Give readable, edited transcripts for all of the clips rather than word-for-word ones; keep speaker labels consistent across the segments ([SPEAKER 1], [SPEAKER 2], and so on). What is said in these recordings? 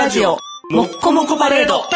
[SPEAKER 1] ジオもっこもこパレード。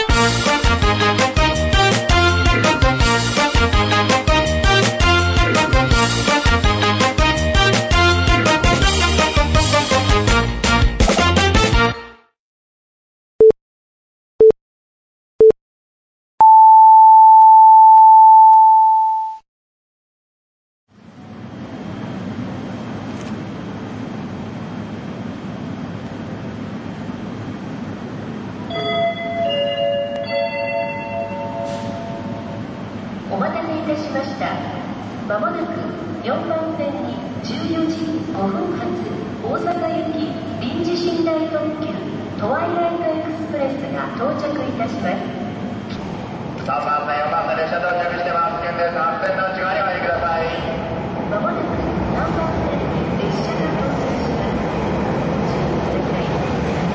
[SPEAKER 2] お待たせいたしました。まもなく4番線に14時5分発大阪行き臨時寝台特急トワイライトエクスプレスが到着いたします。
[SPEAKER 3] 3番線4番線列車到着してます。危険です。安全な内側にお入りください。
[SPEAKER 2] まもなく何番線に列車が到着します。ご注意ください。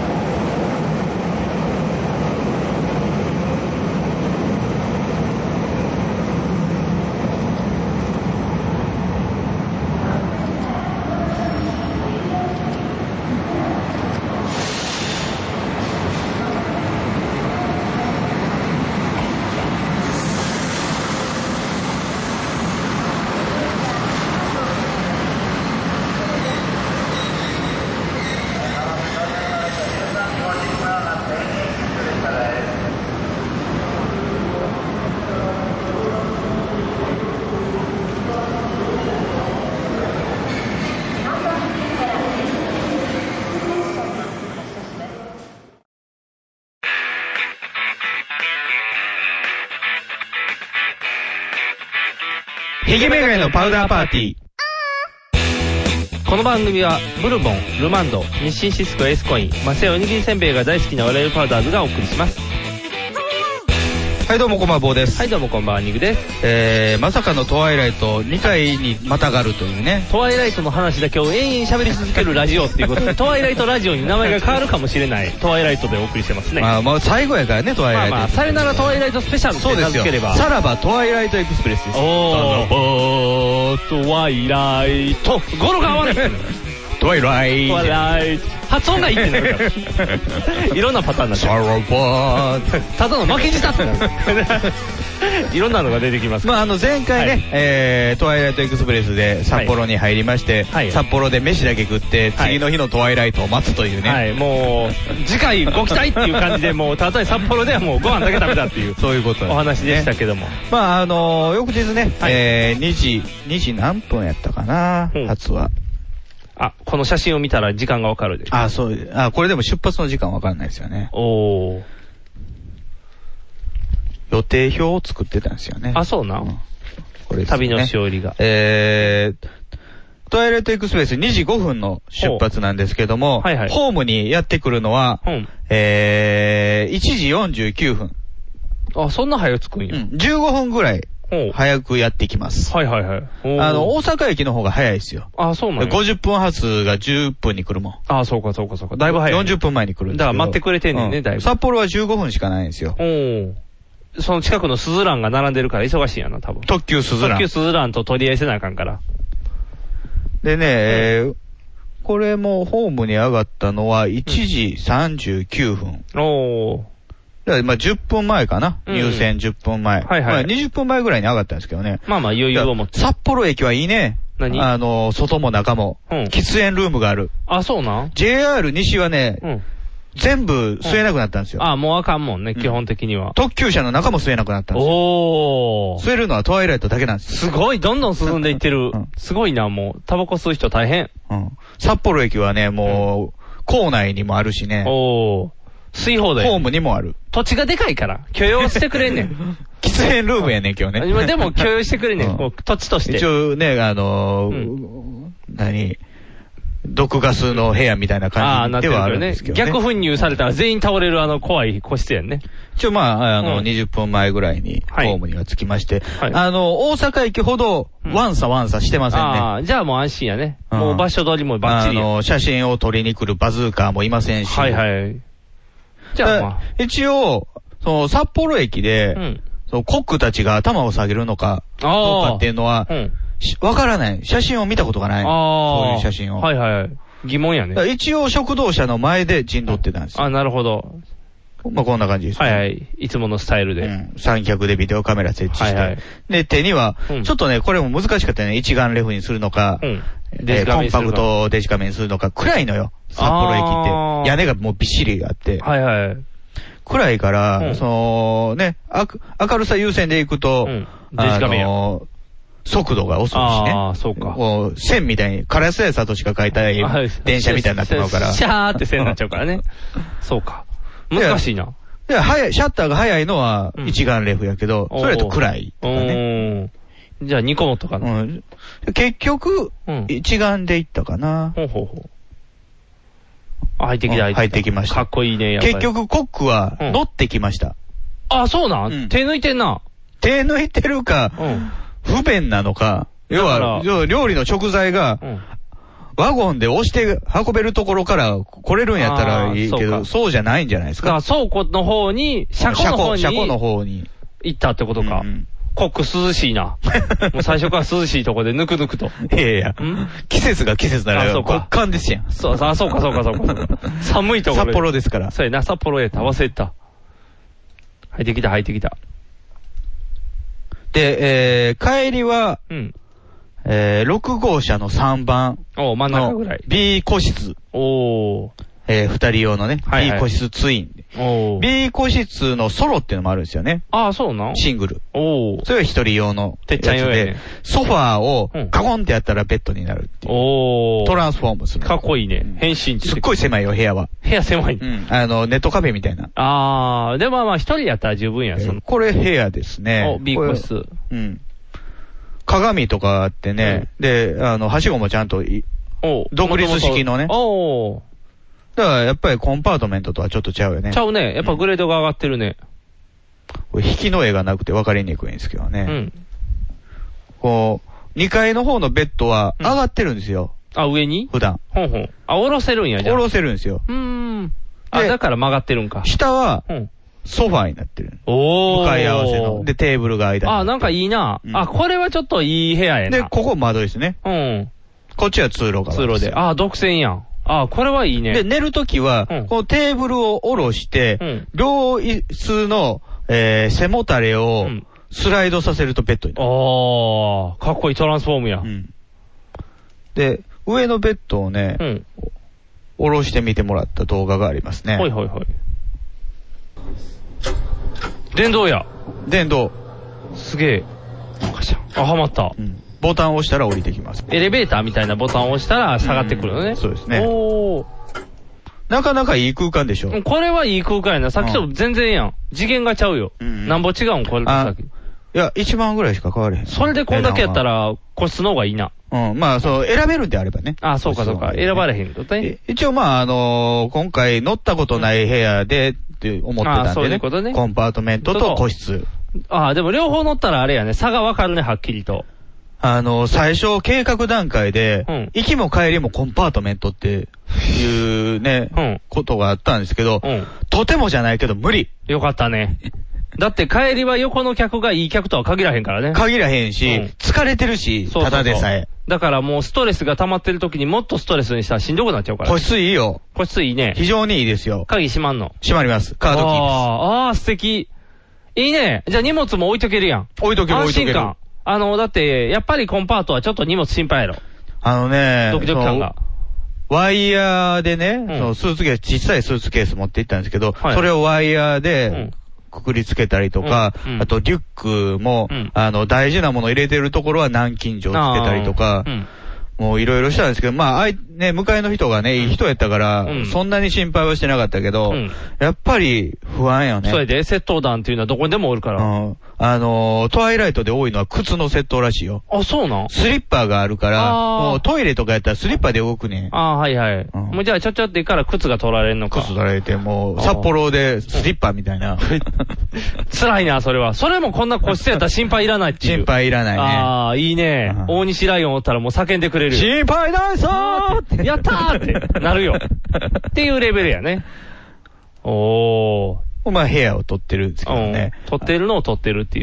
[SPEAKER 4] ヒゲメガネのパウダーパーティー。
[SPEAKER 5] この番組はブルボン、ルマンド、日清シスコエースコイン、マセイおにぎりせんべいが大好きな我々パウダーズがお送りします。
[SPEAKER 4] はいどうもこんばんは坊です。
[SPEAKER 5] はいどうもこんばんはニグです。
[SPEAKER 4] まさかのトワイライト2回にまたがるというね。
[SPEAKER 5] トワイライトの話だけを延々喋り続けるラジオっていうことでトワイライトラジオに名前が変わるかもしれないトワイライトでお送りしてますね。
[SPEAKER 4] まあ最後やからねトワイライト。
[SPEAKER 5] まあさよならトワイライトスペシャルって名付ければ。
[SPEAKER 4] さらばトワイライトエクスプレスです。
[SPEAKER 5] おートワイライト語呂が合わない
[SPEAKER 4] トワイライト
[SPEAKER 5] 発音がいいってなるからいろんなパターンになっちゃう。
[SPEAKER 4] さらば
[SPEAKER 5] ただの負け舌ってなるいろんなのが出てきます。
[SPEAKER 4] まあ前回ね、トワイライトエクスプレスで札幌に入りまして、札幌で飯だけ食って、次の日のトワイライトを待つというね。
[SPEAKER 5] はい、もう次回ご期待っていう感じでもうたとえ札幌ではもうご飯だけ食べたっていう
[SPEAKER 4] そういうこと
[SPEAKER 5] お話でしたけども。
[SPEAKER 4] まあ翌日ね、2時何分やったかな、初は。
[SPEAKER 5] あ、この写真を見たら時間がわかるでしょ。
[SPEAKER 4] あ、そう。あ、これでも出発の時間わかんないですよね。
[SPEAKER 5] おー。
[SPEAKER 4] 予定表を作ってたんですよね。
[SPEAKER 5] あ、そうな。
[SPEAKER 4] これですね。
[SPEAKER 5] 旅のしおりが。
[SPEAKER 4] トワイライトエクスプレス2時5分の出発なんですけども、ホームにやってくるのは、1時49分。
[SPEAKER 5] あ、そんな早く着くんや。
[SPEAKER 4] 15分ぐらい。早くやってきます。
[SPEAKER 5] はいはいはい。
[SPEAKER 4] 大阪駅の方が早いですよ。
[SPEAKER 5] あ、そうなんや。
[SPEAKER 4] 50分発が10分に来るもん。
[SPEAKER 5] あ、そうかそうかそうか。だいぶ早い。
[SPEAKER 4] 40分前に来るんですけど。
[SPEAKER 5] だから待ってくれてんねんね、だいぶ。
[SPEAKER 4] 札幌は15分しかないんですよ。
[SPEAKER 5] その近くのスズランが並んでるから忙しいんやな、多分。
[SPEAKER 4] 特急スズラン。
[SPEAKER 5] 特急スズランと取り合いせなあかんから。
[SPEAKER 4] でね、これもホームに上がったのは1時39分。まあ10分前かな。入線10分前。まあ20分前ぐらいに上がったんですけどね。
[SPEAKER 5] まあまあ余裕を持って。
[SPEAKER 4] 札幌駅はいいね。
[SPEAKER 5] 何？
[SPEAKER 4] 外も中も。喫煙ルームがある。
[SPEAKER 5] あ、そうなん？
[SPEAKER 4] JR 西はね、全部吸えなくなったんですよ。
[SPEAKER 5] あ、もうあかんもんね、基本的には。
[SPEAKER 4] 特急車の中も吸えなくなったんですよ。吸えるのはトワイライトだけなんですよ。
[SPEAKER 5] すごい、どんどん進んでいってる。すごいな、もう。タバコ吸う人大変。
[SPEAKER 4] 札幌駅はね、もう、構内にもあるしね。
[SPEAKER 5] 吸い放題。
[SPEAKER 4] ホームにもある。
[SPEAKER 5] 土地がでかいから、許容してくれんねん。
[SPEAKER 4] 喫煙ルームやねん、今日ね。
[SPEAKER 5] 今でも許容してくれんねん、土地として。
[SPEAKER 4] 一応ね、毒ガスの部屋みたいな感じではあるんですけどね。
[SPEAKER 5] 逆噴入されたら全員倒れる怖い個室やんね。
[SPEAKER 4] 一応まあ、20分前ぐらいにホームには着きまして、大阪駅ほどワンサしてませんね。
[SPEAKER 5] ああ、じゃあもう安心やね。もう場所取りもバッチリ。
[SPEAKER 4] 写真を撮りに来るバズーカーもいませんし。
[SPEAKER 5] はいはい。じゃあまあ。
[SPEAKER 4] 一応、札幌駅で、コックたちが頭を下げるのか、どうかっていうのは、わからない。写真を見たことがない。そういう写真を。
[SPEAKER 5] はいはい。 疑問やね。
[SPEAKER 4] 一応食堂車の前で陣取ってたんですよ。
[SPEAKER 5] あ、なるほど。
[SPEAKER 4] まあこんな感じです、ね。
[SPEAKER 5] はいはい。いつものスタイルで。
[SPEAKER 4] 三脚でビデオカメラ設置して。はいはい、で、手には、ちょっとね、これも難しかったね。一眼レフにするのか、コンパクトデジカメにするのか、暗いのよ。札幌駅って。屋根がもうびっしりあって。はいはい。暗いから、明るさ優先で行くと、
[SPEAKER 5] デジカメや。
[SPEAKER 4] 速度が遅いしね。
[SPEAKER 5] ああ、そうか。
[SPEAKER 4] 線みたいに、カラスやさとしか書いた電車みたいになってますから。
[SPEAKER 5] シャーって線になっちゃうからね。そうか。難しいな。
[SPEAKER 4] シャッターが早いのは一眼レフやけど、それだと暗いとかね。
[SPEAKER 5] じゃあ2個持っとかな。
[SPEAKER 4] 結局、一眼でいったかな。
[SPEAKER 5] 入ってきた、
[SPEAKER 4] 入ってきました。
[SPEAKER 5] かっこいいね、やっぱり。
[SPEAKER 4] 結局コックは乗ってきました。
[SPEAKER 5] あ、そうなん、手抜いてんな。
[SPEAKER 4] 手抜いてるか、不便なのか、要は、料理の食材が、ワゴンで押して運べるところから来れるんやったらいいけど、そうじゃないんじゃないですか。
[SPEAKER 5] だから倉庫の方に、車庫の方に行ったってことか。コック涼しいな。もう最初から涼しいとこでぬくぬくと。
[SPEAKER 4] いやいや、季節が季節なら極寒ですやん。
[SPEAKER 5] そうか。寒いところ。
[SPEAKER 4] 札幌ですから。
[SPEAKER 5] そうやな、札幌やった。忘れた。入ってきた。
[SPEAKER 4] で、帰りは、6号車の3番。
[SPEAKER 5] 真ん中ぐらい。
[SPEAKER 4] B 個室。2人用のね、B 個室ツイン。B 個室のソロっていうのもあるんですよね。
[SPEAKER 5] ああ、そうなん
[SPEAKER 4] シングル。それは1人用の
[SPEAKER 5] てっちゃん用で、
[SPEAKER 4] ソファーをカゴンってやったらベッドになるっていう。トランスフォームする。
[SPEAKER 5] かっこいいね。変身って。
[SPEAKER 4] すっごい狭いよ、部屋は。
[SPEAKER 5] 部屋狭い。
[SPEAKER 4] ネットカフェみたいな。
[SPEAKER 5] ああ、でもまあ1人やったら十分や。
[SPEAKER 4] これ部屋ですね。
[SPEAKER 5] B 個室。
[SPEAKER 4] 鏡とかあってね、で、はしごもちゃんと、独立式のね。だからやっぱりコンパートメントとはちょっとちゃうよね。
[SPEAKER 5] ちゃうね。やっぱグレードが上がってるね。
[SPEAKER 4] これ引きの絵がなくて分かりにくいんですけどね。こう、2階の方のベッドは上がってるんですよ。
[SPEAKER 5] あ、上に
[SPEAKER 4] 普段。
[SPEAKER 5] あ、下ろせるんや、じゃあ。
[SPEAKER 4] 下ろせるんですよ。
[SPEAKER 5] だから曲がってるんか。
[SPEAKER 4] 下は、ソファーになってる。向かい合わせの。で、テーブルが間に。
[SPEAKER 5] あ、なんかいいな。これはちょっといい部屋やな。
[SPEAKER 4] で、ここ窓ですね。こっちは通路が。
[SPEAKER 5] 通路で。あ、独占やん。あ、これはいいね。
[SPEAKER 4] で、寝るときは、このテーブルを下ろして、両椅子の、背もたれをスライドさせるとベッドになる。
[SPEAKER 5] ああ、かっこいいトランスフォームや。
[SPEAKER 4] で、上のベッドをね、下ろしてみてもらった動画がありますね。
[SPEAKER 5] 電動や。
[SPEAKER 4] 電動。
[SPEAKER 5] すげえ。あ、はまった。
[SPEAKER 4] ボタンを押したら降りてきます。
[SPEAKER 5] エレベーターみたいなボタンを押したら下がってくるのね。
[SPEAKER 4] そうですね。なかなかいい空間でしょ。
[SPEAKER 5] これはいい空間やな。さっきと全然やん。次元がちゃうよ。なんぼ違うん、これとさっき。い
[SPEAKER 4] や、1万ぐらいしか変われへん。
[SPEAKER 5] それでこんだけやったら、個室の方がいいな。
[SPEAKER 4] まあ、そう、選べるんであればね。
[SPEAKER 5] あ、そうか。選ばれへんとね。
[SPEAKER 4] 一応まあ、今回乗ったことない部屋でって思ってたんでね。
[SPEAKER 5] そういうことね。
[SPEAKER 4] コンパートメントと個室。
[SPEAKER 5] でも両方乗ったらあれやね。差がわかるね、はっきりと。
[SPEAKER 4] 最初計画段階で、行きも帰りもコンパートメントっていうね、ことがあったんですけど、とてもじゃないけど無理。
[SPEAKER 5] よかったね。だって帰りは横の客がいい客とは限らへんからね。
[SPEAKER 4] 限らへんし、疲れてるし、ただでさえ。
[SPEAKER 5] だからもうストレスが溜まってる時にもっとストレスにしたらしんどくなっちゃうから。
[SPEAKER 4] 個室いいよ。
[SPEAKER 5] 個室いいね。
[SPEAKER 4] 非常にいいですよ。
[SPEAKER 5] 鍵閉まんの？
[SPEAKER 4] 閉まります。カードキーです。
[SPEAKER 5] ああ、素敵。いいね。じゃあ荷物も置いとけるやん。
[SPEAKER 4] 置いとける。
[SPEAKER 5] 安心感。だって、やっぱりコンパートはちょっと荷物心配やろ。ドキドキ感が。
[SPEAKER 4] ワイヤーでね、スーツケース、小さいスーツケース持って行ったんですけど、それをワイヤーで、くくりつけたりとか、あとリュックも、大事なもの入れてるところは南京錠つけたりとか、もういろいろしたんですけど、まあ、向かいの人がね、いい人やったから、そんなに心配はしてなかったけど、やっぱり不安よね。
[SPEAKER 5] それで、窃盗団っていうのはどこにでもおるから。
[SPEAKER 4] トワイライトで多いのは靴の窃盗らしいよ。
[SPEAKER 5] あ、そうなん？
[SPEAKER 4] スリッパがあるから、もうトイレとかやったらスリッパで動くね。
[SPEAKER 5] はいはい。もうじゃあちょってから靴が取られんのか。
[SPEAKER 4] 靴取られて、もう、札幌でスリッパみたいな。
[SPEAKER 5] 辛いな、それは。それもこんな個室やったら心配いらないっていう。
[SPEAKER 4] 心配いらないね。
[SPEAKER 5] いいね。大西ライオンおったらもう叫んでくれるよ。
[SPEAKER 4] 心配ないさー
[SPEAKER 5] やったーってなるよ。っていうレベルやね。
[SPEAKER 4] まあ部屋を撮ってるんですけどね。
[SPEAKER 5] 撮ってるのを撮ってるっていう。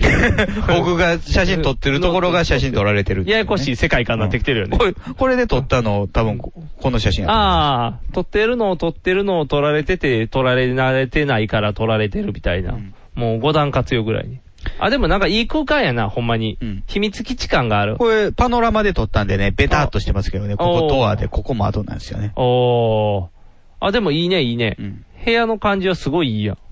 [SPEAKER 4] 僕が写真撮ってるところが写真撮られてる。
[SPEAKER 5] ややこしい世界観になってきてるよね。
[SPEAKER 4] これで撮ったの多分ここの写真。
[SPEAKER 5] ああ、撮ってるのを撮られてて、撮られ慣れてないから撮られてるみたいな。うん、もう5段活用ぐらいに。あ、でもなんかいい空間やな、ほんまに。うん、秘密基地感がある。
[SPEAKER 4] これ、パノラマで撮ったんでね、ベターっとしてますけどね、ここドアで、ここ窓なんですよね。
[SPEAKER 5] おー。あ、でもいいね、いいね。うん、部屋の感じはすごいいいやん。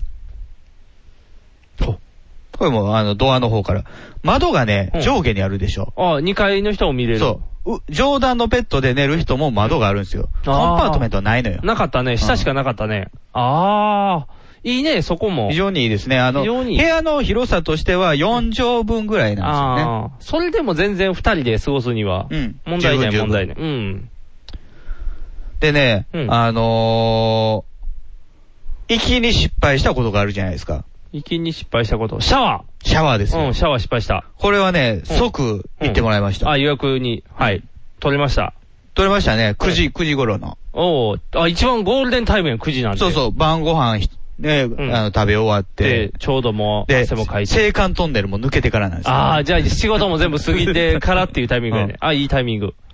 [SPEAKER 4] これもドアの方から。窓がね、上下にあるでしょ。
[SPEAKER 5] あ、2階の人も見れる。
[SPEAKER 4] そう。上段のベッドで寝る人も窓があるんですよ。コンパートメントはないのよ。
[SPEAKER 5] なかったね。下しかなかったね。あー。いいね、そこも。
[SPEAKER 4] 非常にいいですね。部屋の広さとしては4畳分ぐらいなんですよね。
[SPEAKER 5] それでも全然2人で過ごすには。うん。問題ない、問題ない。うん。
[SPEAKER 4] でね、行きに失敗したことがあるじゃないですか。
[SPEAKER 5] 行きに失敗したこと。シャワ
[SPEAKER 4] ーですよ。
[SPEAKER 5] うん、シャワー失敗した。
[SPEAKER 4] これはね、即行ってもらいました。
[SPEAKER 5] あ、予約に、はい。取れました。
[SPEAKER 4] 取れましたね。9時頃の。
[SPEAKER 5] おー、一番ゴールデンタイムやん、9時なんで。
[SPEAKER 4] そうそう、晩ご飯、ね、食べ終わって。
[SPEAKER 5] ちょうどもう、汗もかいて。
[SPEAKER 4] 青函トンネルも抜けてからなんですよ。
[SPEAKER 5] ああ、じゃあ仕事も全部過ぎてからっていうタイミングやね。あ、いいタイミング。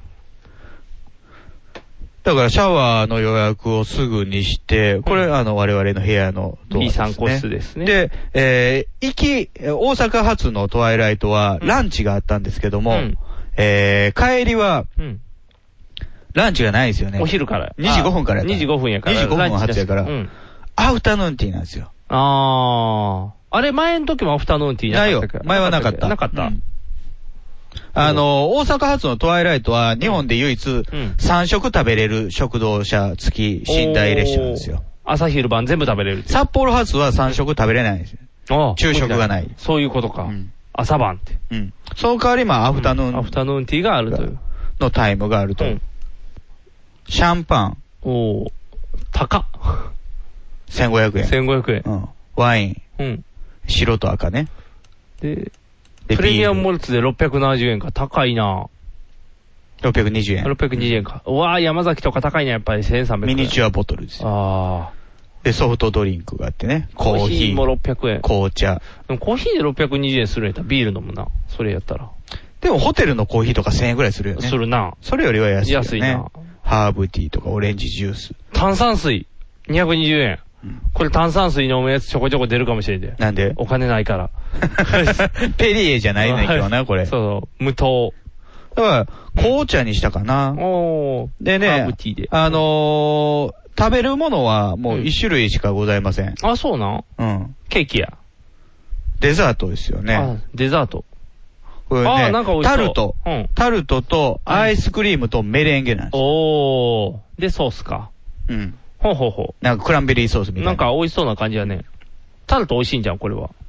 [SPEAKER 4] だからシャワーの予約をすぐにして、これ我々の部屋のドアですね。
[SPEAKER 5] B3 個室ですね。
[SPEAKER 4] で、大阪発のトワイライトはランチがあったんですけども、帰りは、ランチがないですよね。
[SPEAKER 5] お昼から。
[SPEAKER 4] 2時5分からやから。
[SPEAKER 5] 2時5分やから。
[SPEAKER 4] 2時5分発やから。アフタヌーンティーなんですよ。
[SPEAKER 5] あれ前の時もアフタヌーンティー
[SPEAKER 4] ないよ。前はなかった。
[SPEAKER 5] なかった。
[SPEAKER 4] 大阪発のトワイライトは日本で唯一3食食べれる食堂車付き寝台列車なんですよ。
[SPEAKER 5] 朝昼晩全部食べれる。
[SPEAKER 4] 札幌発は3食食べれないんですよ。昼食がない。
[SPEAKER 5] そういうことか。朝晩って。
[SPEAKER 4] その代わりアフタヌーン。
[SPEAKER 5] アフタヌーンティーがあるという。
[SPEAKER 4] のタイムがあると。シャンパン。
[SPEAKER 5] 高っ。
[SPEAKER 4] 1500円。
[SPEAKER 5] 1500円。
[SPEAKER 4] ワイン。白と赤ね。
[SPEAKER 5] で、プレミアムモルツで670円か。高いな。
[SPEAKER 4] 620円。
[SPEAKER 5] 620円か。うわぁ、山崎とか高いな、やっぱり1300円。
[SPEAKER 4] ミニチュアボトルですよ。で、ソフトドリンクがあってね。コーヒー
[SPEAKER 5] も600円。
[SPEAKER 4] 紅茶。
[SPEAKER 5] でもコーヒーで620円するんやったらビール飲むな。それやったら。
[SPEAKER 4] でもホテルのコーヒーとか1000円くらいするよね。
[SPEAKER 5] するな。
[SPEAKER 4] それよりは安いよね。
[SPEAKER 5] 安いな。
[SPEAKER 4] ハーブティーとかオレンジジュース。
[SPEAKER 5] 炭酸水。220円。これ炭酸水飲むやつちょこちょこ出るかもしれんで。
[SPEAKER 4] なんで？
[SPEAKER 5] お金ないから。
[SPEAKER 4] ペリエじゃないねんけどな、これ。
[SPEAKER 5] そう、無糖。
[SPEAKER 4] だから、紅茶にしたかな。でね、
[SPEAKER 5] ハーブティーで。
[SPEAKER 4] 食べるものはもう一種類しかございません。
[SPEAKER 5] あ、そうなん？ケーキや。
[SPEAKER 4] デザートですよね。
[SPEAKER 5] デザート。
[SPEAKER 4] これね、なんか美味しそう。タルトとアイスクリームとメレンゲなんですよ。
[SPEAKER 5] で、ソースか。
[SPEAKER 4] ほう。なんかクランベリーソースみたいな。
[SPEAKER 5] なんか美味しそうな感じやね。タルト美味しいんじゃん、これは。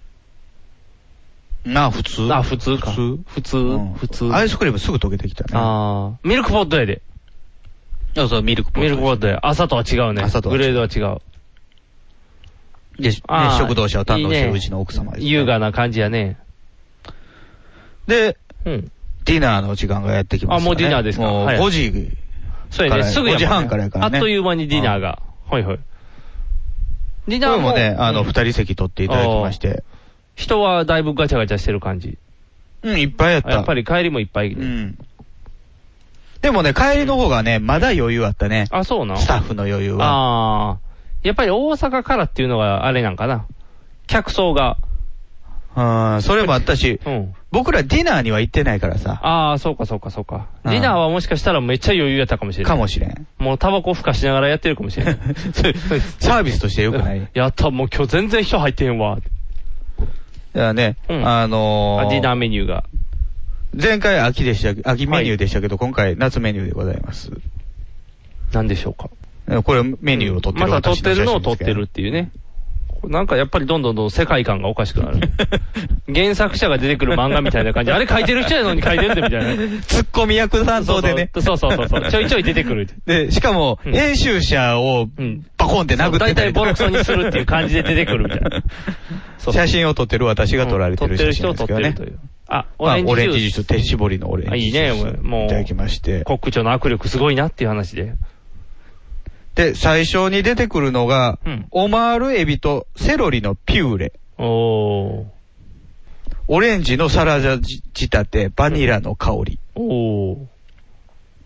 [SPEAKER 4] 普通
[SPEAKER 5] 普通か。普通。
[SPEAKER 4] アイスクリームすぐ溶けてきたね。
[SPEAKER 5] ミルクポットやで。
[SPEAKER 4] そう、ミルクポット。
[SPEAKER 5] ミルクポットや。朝とは違うね。グレードは違う。
[SPEAKER 4] で、食堂車を担当してるうちの奥様です。
[SPEAKER 5] 優雅な感じやね。
[SPEAKER 4] で、ディナーの時間がやってきましたね。
[SPEAKER 5] もうディナーですか。
[SPEAKER 4] もう5時。
[SPEAKER 5] そうやね、すぐやもんね。
[SPEAKER 4] 5時半からやからね。
[SPEAKER 5] あっという間にディナーが。はい。
[SPEAKER 4] ディナーもね、2人席取っていただきまして。
[SPEAKER 5] 人はだいぶガチャガチャしてる感じ。
[SPEAKER 4] いっぱいやった。
[SPEAKER 5] やっぱり帰りもいっぱい。
[SPEAKER 4] でもね、帰りの方がね、まだ余裕あったね。
[SPEAKER 5] あ、そうな。
[SPEAKER 4] スタッフの余裕は。
[SPEAKER 5] やっぱり大阪からっていうのがあれなんかな。客層が。
[SPEAKER 4] それもあったし、僕らディナーには行ってないからさ。
[SPEAKER 5] そうか。ディナーはもしかしたらめっちゃ余裕やったかもしれない。
[SPEAKER 4] かもしれん。
[SPEAKER 5] もうタバコふかしながらやってるかもしれない。
[SPEAKER 4] サービスとしてよくない。
[SPEAKER 5] やった、もう今日全然人入ってへんわ。
[SPEAKER 4] だからね、
[SPEAKER 5] ディナーメニューが。
[SPEAKER 4] 前回秋メニューでしたけど、今回夏メニューでございます。
[SPEAKER 5] 何でしょうか。
[SPEAKER 4] これメニューを撮ってる。
[SPEAKER 5] また撮ってるのを撮ってるっていうね。なんかやっぱりどんどん世界観がおかしくなる。原作者が出てくる漫画みたいな感じ。あれ書いてる人やのに書いてるってみたいな。
[SPEAKER 4] ツッコミ役担当でね。
[SPEAKER 5] そう。ちょいちょい出てくる。
[SPEAKER 4] で、しかも、編集者をバコンって殴って
[SPEAKER 5] 大体ボロクソにするっていう感じで出てくるみたいな。
[SPEAKER 4] 写真を撮ってる私が撮られてる写真ですけどね。
[SPEAKER 5] 撮ってる人を撮ってるという。
[SPEAKER 4] オレンジジュース、手絞りのオレンジジュース。いいね、もう。いただきまして。
[SPEAKER 5] コック長の握力すごいなっていう話で。
[SPEAKER 4] で、最初に出てくるのが、オマールエビとセロリのピューレ。オレンジのサラダ仕立て、バニラの香り。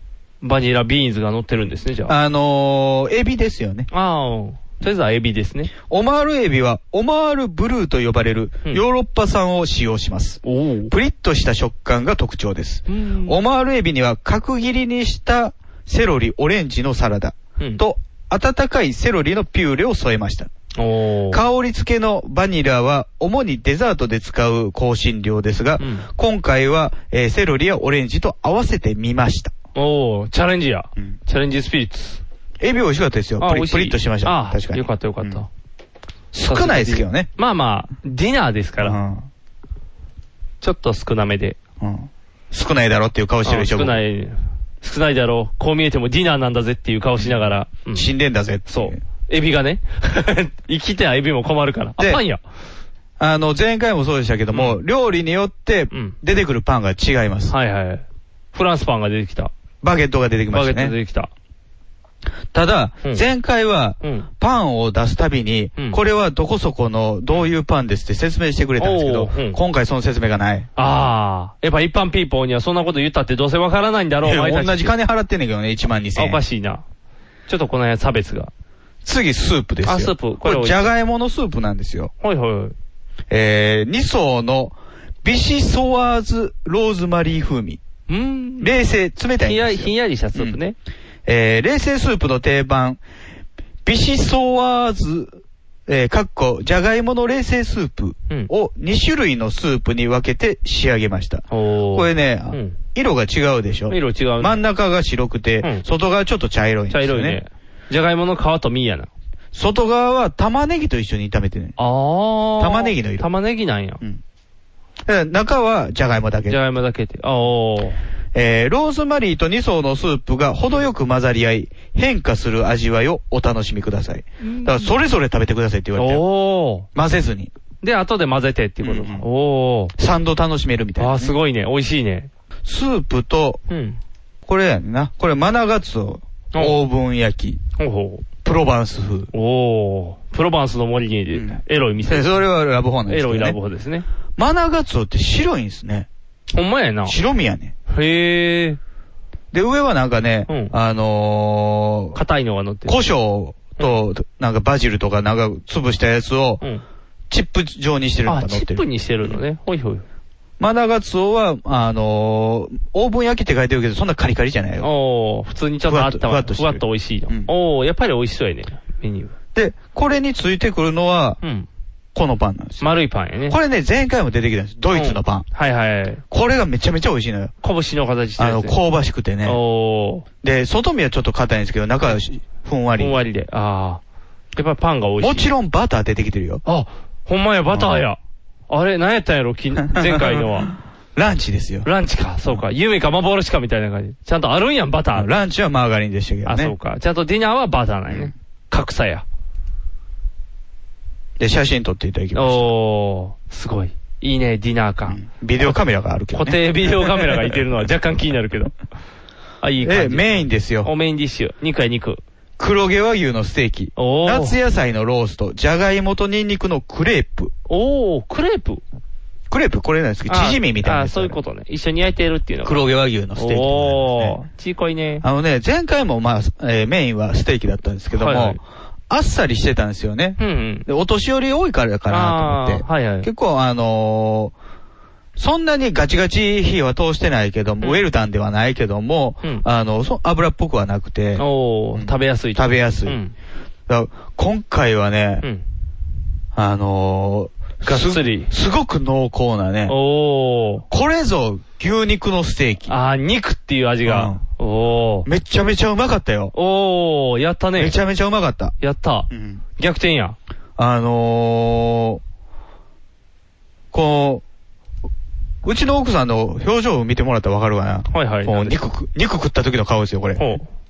[SPEAKER 5] バニラビーンズが乗ってるんですね、じゃあ。
[SPEAKER 4] エビですよね。
[SPEAKER 5] とりあえずはエビですね。
[SPEAKER 4] オマールエビは、オマールブルーと呼ばれるヨーロッパ産を使用します。プリッとした食感が特徴です。オマールエビには角切りにしたセロリ、オレンジのサラダと温かいセロリのピューレを添えました。香り付けのバニラは主にデザートで使う香辛料ですが、今回は、セロリやオレンジと合わせてみました。
[SPEAKER 5] チャレンジや。チャレンジスピリッツ。
[SPEAKER 4] エビ美味しかったですよ。プリッとしました。確かに。
[SPEAKER 5] よかったよかった。
[SPEAKER 4] 少ないですけどね。
[SPEAKER 5] まあまあ、ディナーですから。ちょっと少なめで。
[SPEAKER 4] 少ないだろっていう顔してるでしょ。
[SPEAKER 5] 少ないだろ。こう見えてもディナーなんだぜっていう顔しながら。
[SPEAKER 4] 死んでんだぜって。
[SPEAKER 5] そう。エビがね。生きてはエビも困るから。パンや。
[SPEAKER 4] 前回もそうでしたけども、料理によって出てくるパンが違います。
[SPEAKER 5] はいはい。フランスパンが出てきた。
[SPEAKER 4] バゲットが出てきましたね。
[SPEAKER 5] バゲット出てきた。
[SPEAKER 4] ただ、前回は、パンを出すたびに、これはどこそこのどういうパンですって説明してくれたんですけど、今回その説明がない。
[SPEAKER 5] やっぱ一般ピーポーにはそんなこと言ったってどうせわからないんだろう、
[SPEAKER 4] 同じ金払ってんねんけどね、12000円。
[SPEAKER 5] おかしいな。ちょっとこの辺差別が。
[SPEAKER 4] 次、スープですよ。
[SPEAKER 5] スープ。
[SPEAKER 4] これ、じゃがいものスープなんですよ。
[SPEAKER 5] はいはい。
[SPEAKER 4] 2層のビシソワーズローズマリー風味。冷製、冷たいんですよ。
[SPEAKER 5] ひんやりしたスープね。
[SPEAKER 4] 冷製スープの定番、ビシソワーズ、じゃがいもの冷製スープを2種類のスープに分けて仕上げました。これね、色が違うでしょ。
[SPEAKER 5] 色違うね。
[SPEAKER 4] 真ん中が白くて、外側ちょっと茶色いんですよね。茶色いね。
[SPEAKER 5] じゃがいもの皮と実やな。
[SPEAKER 4] 外側は玉ねぎと一緒に炒めてね。玉ねぎの色。
[SPEAKER 5] 玉ねぎなんや。
[SPEAKER 4] 中はじゃがいもだけ。
[SPEAKER 5] じゃがいもだけで。
[SPEAKER 4] ローズマリーと2層のスープが程よく混ざり合い、変化する味わいをお楽しみください。だからそれぞれ食べてくださいって言われて。混ぜずに。
[SPEAKER 5] で、後で混ぜてっていうことか。
[SPEAKER 4] サンド楽しめるみたいな、
[SPEAKER 5] すごいね。美味しいね。
[SPEAKER 4] スープと、これやんな。これマナガツオ、オーブン焼き。プロバンス風。
[SPEAKER 5] プロバンスの森にエロい店。
[SPEAKER 4] それはラブホなんですね。
[SPEAKER 5] エロいラブホですね。
[SPEAKER 4] マナガツオって白いんですね。
[SPEAKER 5] ほんまやな。
[SPEAKER 4] 白身やね。
[SPEAKER 5] へー。
[SPEAKER 4] で、上はなんかね、
[SPEAKER 5] 硬いのが乗ってる。
[SPEAKER 4] 胡椒と、なんかバジルとかなんか潰したやつを、チップ状にしてるのが乗ってる。
[SPEAKER 5] チップにしてるのね。ほいほい。
[SPEAKER 4] マナガツオは、オーブン焼きって書いてるけど、そんなカリカリじゃないよ。
[SPEAKER 5] 普通にちょっとあったわ。ふわっと美味しいの。やっぱり美味しそうやね、メニュー。
[SPEAKER 4] で、これについてくるのは、このパンなんですよ。
[SPEAKER 5] 丸いパンやね。
[SPEAKER 4] これね、前回も出てきたんです。ドイツのパン。
[SPEAKER 5] はいはい。
[SPEAKER 4] これがめちゃめちゃ美味しいのよ。
[SPEAKER 5] 拳の形してる。
[SPEAKER 4] 香ばしくてね。で、外身はちょっと硬いんですけど、中はふんわり。
[SPEAKER 5] ふんわりで。やっぱりパンが美味しい。
[SPEAKER 4] もちろんバター出てきてるよ。
[SPEAKER 5] ほんまや、バターや。あれ、何やったんやろ、前回のは。
[SPEAKER 4] ランチですよ。
[SPEAKER 5] ランチか、そうか。夢か幻かみたいな感じ。ちゃんとあるんやん、バター。
[SPEAKER 4] ランチはマーガリンでしたけどね。
[SPEAKER 5] そうか。ちゃんとディナーはバターなんやね。格差や。
[SPEAKER 4] で、写真撮っていただきました。
[SPEAKER 5] すごい。いいね、ディナー感。
[SPEAKER 4] ビデオカメラがあるけどね。
[SPEAKER 5] 固定ビデオカメラがいてるのは若干気になるけど。いい感じ。
[SPEAKER 4] メインですよ。
[SPEAKER 5] メインディッシュ。肉や肉。
[SPEAKER 4] 黒毛和牛のステーキ。夏野菜のロースト。じゃがいもとニンニクのクレープ。
[SPEAKER 5] クレープ
[SPEAKER 4] クレープこれなんですけど、チヂミみたいな。
[SPEAKER 5] そういうことね。一緒に焼いてるっていうのが。
[SPEAKER 4] 黒毛和牛のステーキ。
[SPEAKER 5] ちいこいね。
[SPEAKER 4] 前回もメインはステーキだったんですけども、あっさりしてたんですよね。で、お年寄り多いからかなと思って。結構そんなにガチガチ火は通してないけども、ウェルタンではないけども、油っぽくはなくて、
[SPEAKER 5] 食べやすい。
[SPEAKER 4] 食べやすい。今回はね、
[SPEAKER 5] がっつり。
[SPEAKER 4] すごく濃厚なね。これぞ牛肉のステーキ。
[SPEAKER 5] 肉っていう味が。
[SPEAKER 4] めちゃめちゃうまかったよ。
[SPEAKER 5] やったね。
[SPEAKER 4] めちゃめちゃうまかった。
[SPEAKER 5] やった。逆転や。
[SPEAKER 4] うちの奥さんの表情を見てもらったらわかるかな。肉食った時の顔ですよ、これ。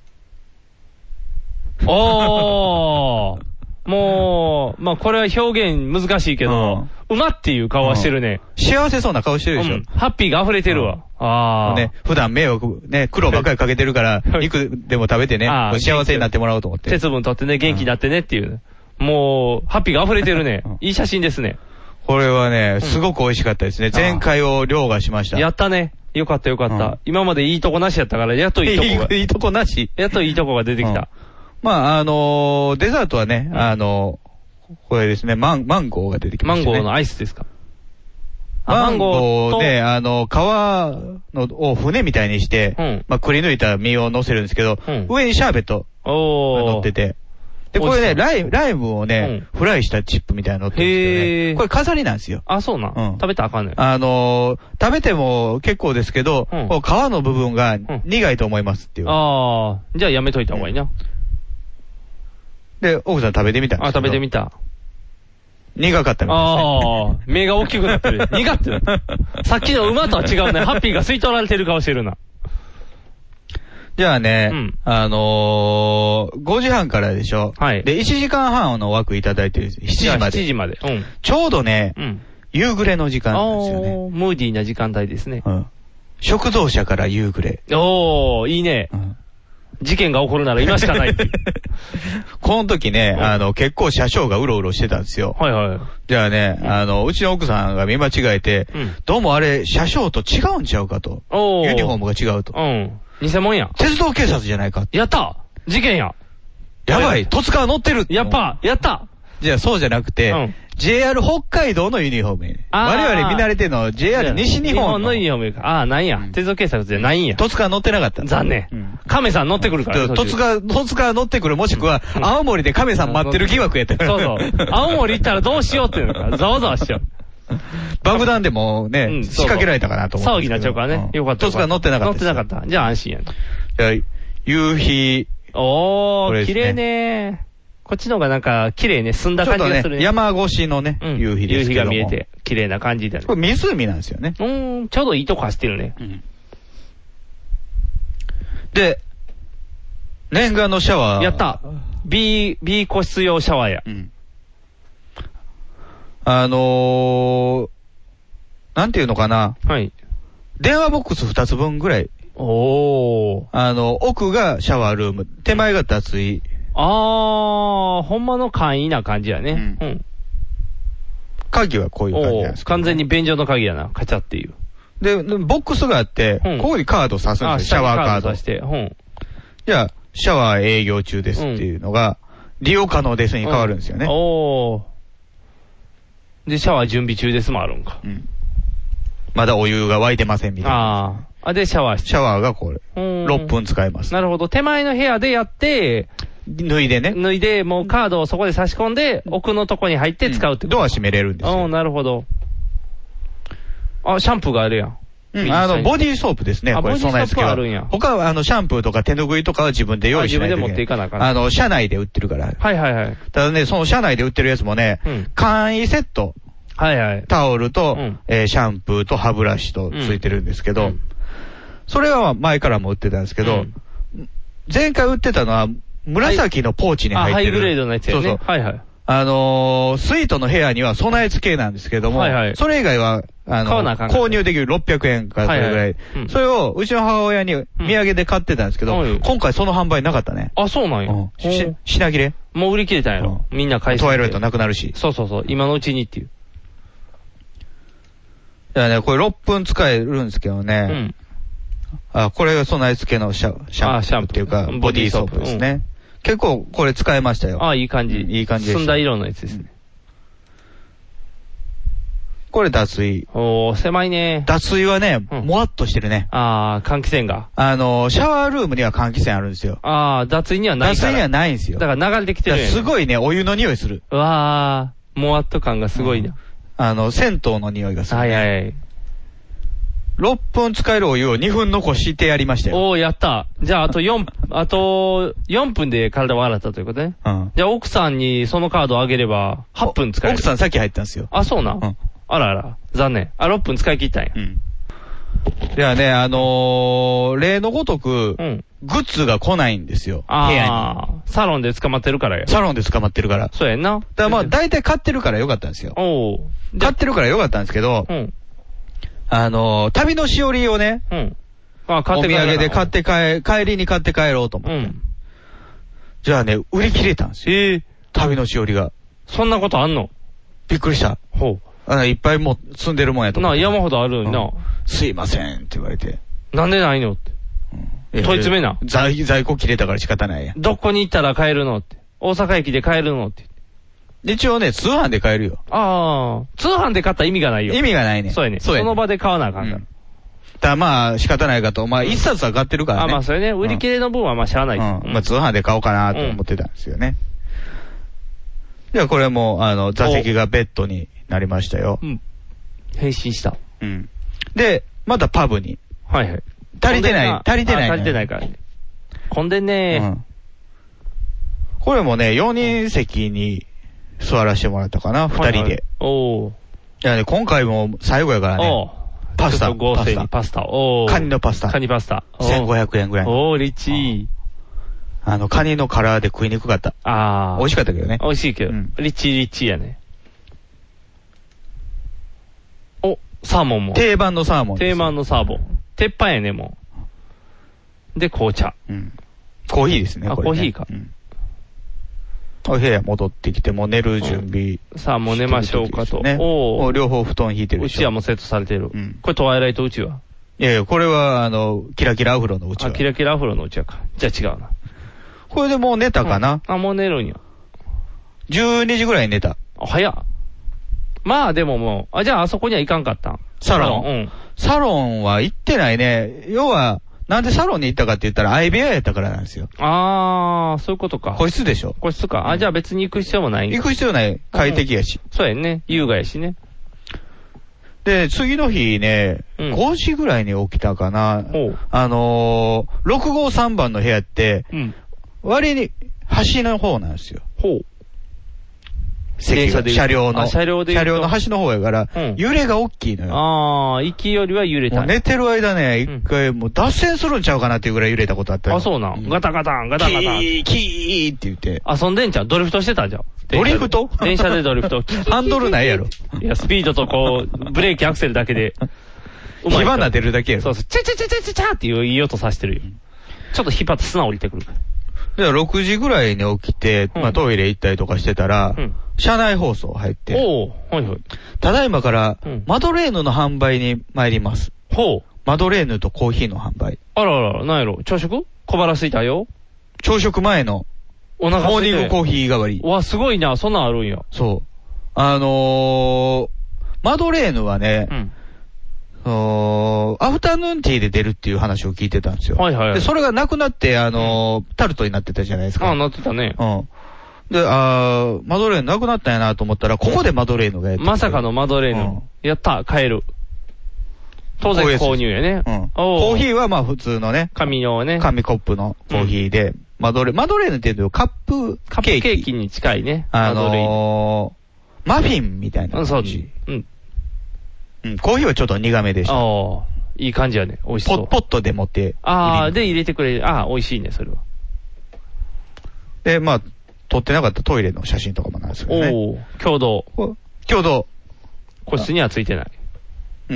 [SPEAKER 5] もう、これは表現難しいけど、馬っていう顔はしてるね。
[SPEAKER 4] 幸せそうな顔してるでしょ。
[SPEAKER 5] ハッピーが溢れてるわ。
[SPEAKER 4] 普段迷惑、苦労ばっかりかけてるから、肉でも食べてね、幸せになってもらおうと思って。
[SPEAKER 5] 鉄分取ってね、元気になってねっていう。もう、ハッピーが溢れてるね。いい写真ですね。
[SPEAKER 4] これはね、すごく美味しかったですね。前回を凌駕しました。
[SPEAKER 5] やったね。 よかったよかった。今までいいとこなしやったから、やっといいとこが。
[SPEAKER 4] いいとこなし。
[SPEAKER 5] やっといいとこが出てきた。
[SPEAKER 4] まあ、デザートはね、これですね、マンゴーが出てきましたね。
[SPEAKER 5] マンゴーのアイスですか？
[SPEAKER 4] マンゴーで、皮を船みたいにして、まあ、くり抜いた実を乗せるんですけど、上にシャーベットが乗ってて、で、これね、ライムをね、フライしたチップみたいなの乗ってるんですけどね、これ飾りなんですよ。
[SPEAKER 5] あ、そうなん。食べたらあかんねん。
[SPEAKER 4] 食べても結構ですけど、こう皮の部分が苦いと思いますっていう。
[SPEAKER 5] ああ、じゃあやめといた方がいいな。
[SPEAKER 4] で、奥さん食べてみたんです
[SPEAKER 5] か？食べてみた。
[SPEAKER 4] 苦かったみたいですね。
[SPEAKER 5] ああ、目が大きくなってる。苦ってる。さっきの馬とは違うね。ハッピーが吸い取られてる顔してるな。
[SPEAKER 4] じゃあね、5時半からでしょ。はい。で、1時間半の枠いただいてるんです。7時まで。
[SPEAKER 5] 7時まで。
[SPEAKER 4] ちょうどね、夕暮れの時間なんですよね。
[SPEAKER 5] ムーディーな時間帯ですね。
[SPEAKER 4] 食堂車から夕暮れ。
[SPEAKER 5] おー、いいね。事件が起こるなら今しかないって。
[SPEAKER 4] この時ね、結構車掌がうろうろしてたんですよ。
[SPEAKER 5] はいはい。
[SPEAKER 4] じゃあね、うちの奥さんが見間違えて、どうもあれ、車掌と違うんちゃうかと。ユニフォームが違うと。
[SPEAKER 5] 偽物や。
[SPEAKER 4] 鉄道警察じゃないか。
[SPEAKER 5] やった事件や。
[SPEAKER 4] やばい、戸塚乗ってる。
[SPEAKER 5] やった
[SPEAKER 4] じゃあそうじゃなくて、JR 北海道のユニフォームやね。我々見慣れてるの JR 西日本
[SPEAKER 5] のユニフォームか。なんや。鉄道警察じゃないんや。
[SPEAKER 4] 戸塚乗ってなかった。
[SPEAKER 5] 残念。亀さん乗ってくるから。
[SPEAKER 4] 戸塚乗ってくる、もしくは、青森で亀さん待ってる疑惑やったから。
[SPEAKER 5] そうそう。青森行ったらどうしようっていうのか。ざわざわしちゃう。
[SPEAKER 4] 爆弾でもね、仕掛けられたかなと思って。
[SPEAKER 5] 騒ぎになっちゃうからね。よかった。
[SPEAKER 4] 戸塚乗ってなかった。
[SPEAKER 5] 乗ってなかった。じゃあ安心やね。
[SPEAKER 4] じゃあ、夕日。
[SPEAKER 5] 綺麗ね。こっちの方がなんか、綺麗ね、澄んだ感じがするね。
[SPEAKER 4] 山越しのね、夕日ですけども。
[SPEAKER 5] 夕日が見えて、綺麗な感じだね。
[SPEAKER 4] これ湖なんですよね。
[SPEAKER 5] ちょうどいいとこ走ってるね。
[SPEAKER 4] で、念願のシャワー。
[SPEAKER 5] やった。B 個室用シャワーや。
[SPEAKER 4] なんていうのかな。
[SPEAKER 5] はい。
[SPEAKER 4] 電話ボックス2つ分ぐらい。奥がシャワールーム、手前が脱衣。
[SPEAKER 5] ほんまの簡易な感じやね。
[SPEAKER 4] 鍵はこういう感じなんですか、
[SPEAKER 5] 完全に便所の鍵やな、カチャっていう。
[SPEAKER 4] で、ボックスがあって、ここにカード挿すんですよ、シャワーカード。じゃあ、シャワー営業中ですっていうのが、利用可能ですに変わるんですよね。
[SPEAKER 5] で、シャワー準備中ですもあるんか。
[SPEAKER 4] まだお湯が沸いてませんみたいな。
[SPEAKER 5] で、シャワーして。
[SPEAKER 4] シャワーがこれ、6分使えます。
[SPEAKER 5] なるほど。手前の部屋でやって、
[SPEAKER 4] 脱いでね。
[SPEAKER 5] 脱いで、もうカードをそこで差し込んで、奥のとこに入って使うってこと。
[SPEAKER 4] ドア閉めれるんですよ。
[SPEAKER 5] なるほど。シャンプーがあるやん。
[SPEAKER 4] ボディーソープですね。これ備え付けは。他は、シャンプーとか手拭いとかは自分で用意しないといけない。
[SPEAKER 5] 自分で持っていかなあかん。
[SPEAKER 4] 車内で売ってるから。
[SPEAKER 5] はいはいはい。
[SPEAKER 4] ただね、その車内で売ってるやつもね、簡易セット。
[SPEAKER 5] はいはい。
[SPEAKER 4] タオルと、シャンプーと歯ブラシとついてるんですけど、それは前からも売ってたんですけど、前回売ってたのは、紫のポーチに入ってる。
[SPEAKER 5] ハイグレードのやつやね。そうそう。はいはい。
[SPEAKER 4] スイートの部屋には備え付けなんですけども、それ以外は、購入できる600円からそれぐらい。それを、うちの母親に土産で買ってたんですけど、今回その販売なかったね。
[SPEAKER 5] そうなんや。
[SPEAKER 4] 品切れ？
[SPEAKER 5] もう売り切れたんやろ。みんな買い
[SPEAKER 4] トワイライトなくなるし。
[SPEAKER 5] そうそうそう。今のうちにっていう。
[SPEAKER 4] だからね、これ6分使えるんですけどね。これが備え付けのシャンプーっていうか、ボディーソープですね。結構これ使えましたよ。
[SPEAKER 5] いい感じ。
[SPEAKER 4] いい感じです。
[SPEAKER 5] 澄んだ色のやつですね。
[SPEAKER 4] これ脱衣。
[SPEAKER 5] 狭いね。
[SPEAKER 4] 脱衣はね、もわっとしてるね。
[SPEAKER 5] 換気扇が。
[SPEAKER 4] シャワールームには換気扇あるんですよ。
[SPEAKER 5] 脱衣にはないから。
[SPEAKER 4] 脱衣にはないんですよ。
[SPEAKER 5] だから流れてきてるやん。
[SPEAKER 4] すごいね、お湯の匂いする。
[SPEAKER 5] もわっと感がすごいな。
[SPEAKER 4] 銭湯の匂いがする。
[SPEAKER 5] はいはい。
[SPEAKER 4] 6分使えるお湯を2分残してやりましたよ。
[SPEAKER 5] やった。じゃあ、あと4分で体を洗ったということね。じゃあ、奥さんにそのカードをあげれば、8分使える。
[SPEAKER 4] 奥さんさっき入ったんですよ。
[SPEAKER 5] そうな。あらあら。残念。6分使い切ったんや。
[SPEAKER 4] ではね、例のごとく、グッズが来ないんですよ。部屋
[SPEAKER 5] に。サロンで捕まってるからや。
[SPEAKER 4] サロンで捕まってるから。
[SPEAKER 5] そうやんな。
[SPEAKER 4] だからまあ、大体買ってるからよかったんですよ。買ってるからよかったんですけど、旅のしおりをね、お土産で買って帰りに買って帰ろうと思って。じゃあね、売り切れたんですよ。旅のしおりが。
[SPEAKER 5] そんなことあんの？
[SPEAKER 4] びっくりした。 いっぱいもう積んでるもんやと思って。
[SPEAKER 5] 山ほどあるのにな。
[SPEAKER 4] すいませんって言われて。
[SPEAKER 5] なんでないのって。問い詰めな。
[SPEAKER 4] 在庫切れたから仕方ないや。
[SPEAKER 5] どこに行ったら買えるのって。大阪駅で買えるのって。
[SPEAKER 4] 一応ね、通販で買えるよ。
[SPEAKER 5] ああ。通販で買ったら意味がないよ。
[SPEAKER 4] 意味がないね。
[SPEAKER 5] そうやね。その場で買わなあかんから。
[SPEAKER 4] だまあ仕方ないかと。まあ一冊は買ってるからね。
[SPEAKER 5] まあそれね。売り切れの分はまあしゃあない。
[SPEAKER 4] まあ通販で買おうかなと思ってたんですよね。ではこれも、座席がベッドになりましたよ。
[SPEAKER 5] 変身した。
[SPEAKER 4] で、またパブに。
[SPEAKER 5] はいはい。
[SPEAKER 4] 足りてない
[SPEAKER 5] からね。混んでんね
[SPEAKER 4] これもね、4人席に座らせてもらったかな、2人で。いやね、今回も最後やからね。パスタ。カニのパスタ。1500円ぐらい。
[SPEAKER 5] リッチ
[SPEAKER 4] カニの殻で食いにくかった。美味しかったけどね。
[SPEAKER 5] 美味しいけど。リッチやね。サーモンも。
[SPEAKER 4] 定番のサーモン。
[SPEAKER 5] 定番のサーモン。鉄板やね、もう。で、紅茶。
[SPEAKER 4] コーヒーですね、
[SPEAKER 5] コーヒーか。
[SPEAKER 4] お部屋戻ってきて、もう寝る準備。
[SPEAKER 5] さあ、もう寝ましょうかと。
[SPEAKER 4] もう両方布団引いてるでしょ。
[SPEAKER 5] うちはもうセットされてる。これトワイライトうちは？
[SPEAKER 4] いやいや、これは、キラキラアフロのうちは。
[SPEAKER 5] キラキラアフロのうちはか。じゃあ違うな。
[SPEAKER 4] これでもう寝たかな？
[SPEAKER 5] もう寝るんよ。
[SPEAKER 4] 12時ぐらいに寝た。
[SPEAKER 5] 早っ。まあでももう、じゃああそこには行かんかったん？
[SPEAKER 4] サロン？サロンは行ってないね。要は、なんでサロンに行ったかって言ったら相部屋やったからなんですよ。
[SPEAKER 5] そういうことか。
[SPEAKER 4] 個室でしょ。
[SPEAKER 5] 個室か。じゃあ別に行く必要もないんか。
[SPEAKER 4] 行く必要ない。快適やし。
[SPEAKER 5] そうやね。優雅やしね。
[SPEAKER 4] で、次の日ね、5時ぐらいに起きたかな。653番の部屋って、割に端の方なんですよ。席が車両の端の方やから、揺れが大きいのよ。
[SPEAKER 5] 行きよりは揺れた。
[SPEAKER 4] 寝てる間ね、一回もう脱線するんちゃうかなっていうぐらい揺れたことあったよ。
[SPEAKER 5] そうなん。ガタガタン、ガタガタン。
[SPEAKER 4] キーって言って。
[SPEAKER 5] 遊んでんじゃん。ドリフトしてたんじゃん。
[SPEAKER 4] ドリフト？
[SPEAKER 5] 電車でドリフト。
[SPEAKER 4] ハンドルないやろ。
[SPEAKER 5] いや、スピードとこう、ブレーキアクセルだけで。
[SPEAKER 4] 火花出るだけやろ。
[SPEAKER 5] そうそう。チャチャチャチャチャっていういい音さしてるよ。ちょっと引っ張って砂降りてくるから。
[SPEAKER 4] で、6時ぐらいに起きて、トイレ行ったりとかしてたら、車内放送入って、ただいまから、マドレーヌの販売に参ります。マドレーヌとコーヒーの販売。
[SPEAKER 5] あら、なんやろ、朝食？小腹空いたよ。
[SPEAKER 4] 朝食前の、
[SPEAKER 5] モー
[SPEAKER 4] ニングコーヒー代わり。
[SPEAKER 5] すごいな、そんなんあるんや。
[SPEAKER 4] そう。マドレーヌはね、アフタヌーンティーで出るっていう話を聞いてたんですよ。で、それがなくなって、タルトになってたじゃないですか。
[SPEAKER 5] なってたね。
[SPEAKER 4] で、マドレーヌなくなったんやなと思ったら、ここでマドレーヌがやって
[SPEAKER 5] まさかのマドレーヌ。やった、買える。当然購入やね。
[SPEAKER 4] コーヒーはまあ普通のね。
[SPEAKER 5] 紙のね。
[SPEAKER 4] 紙コップのコーヒーで、マドレーヌっていうとカップケーキ
[SPEAKER 5] に近いね。
[SPEAKER 4] マフィンみたいな感じ。コーヒーはちょっと苦めでした。
[SPEAKER 5] いい感じやね。美味しそう。
[SPEAKER 4] ポットで持って。
[SPEAKER 5] で入れてくれる。美味しいね、それは。
[SPEAKER 4] で、まあ、撮ってなかったトイレの写真とかもなんですよね。
[SPEAKER 5] 共同。個室にはついてない。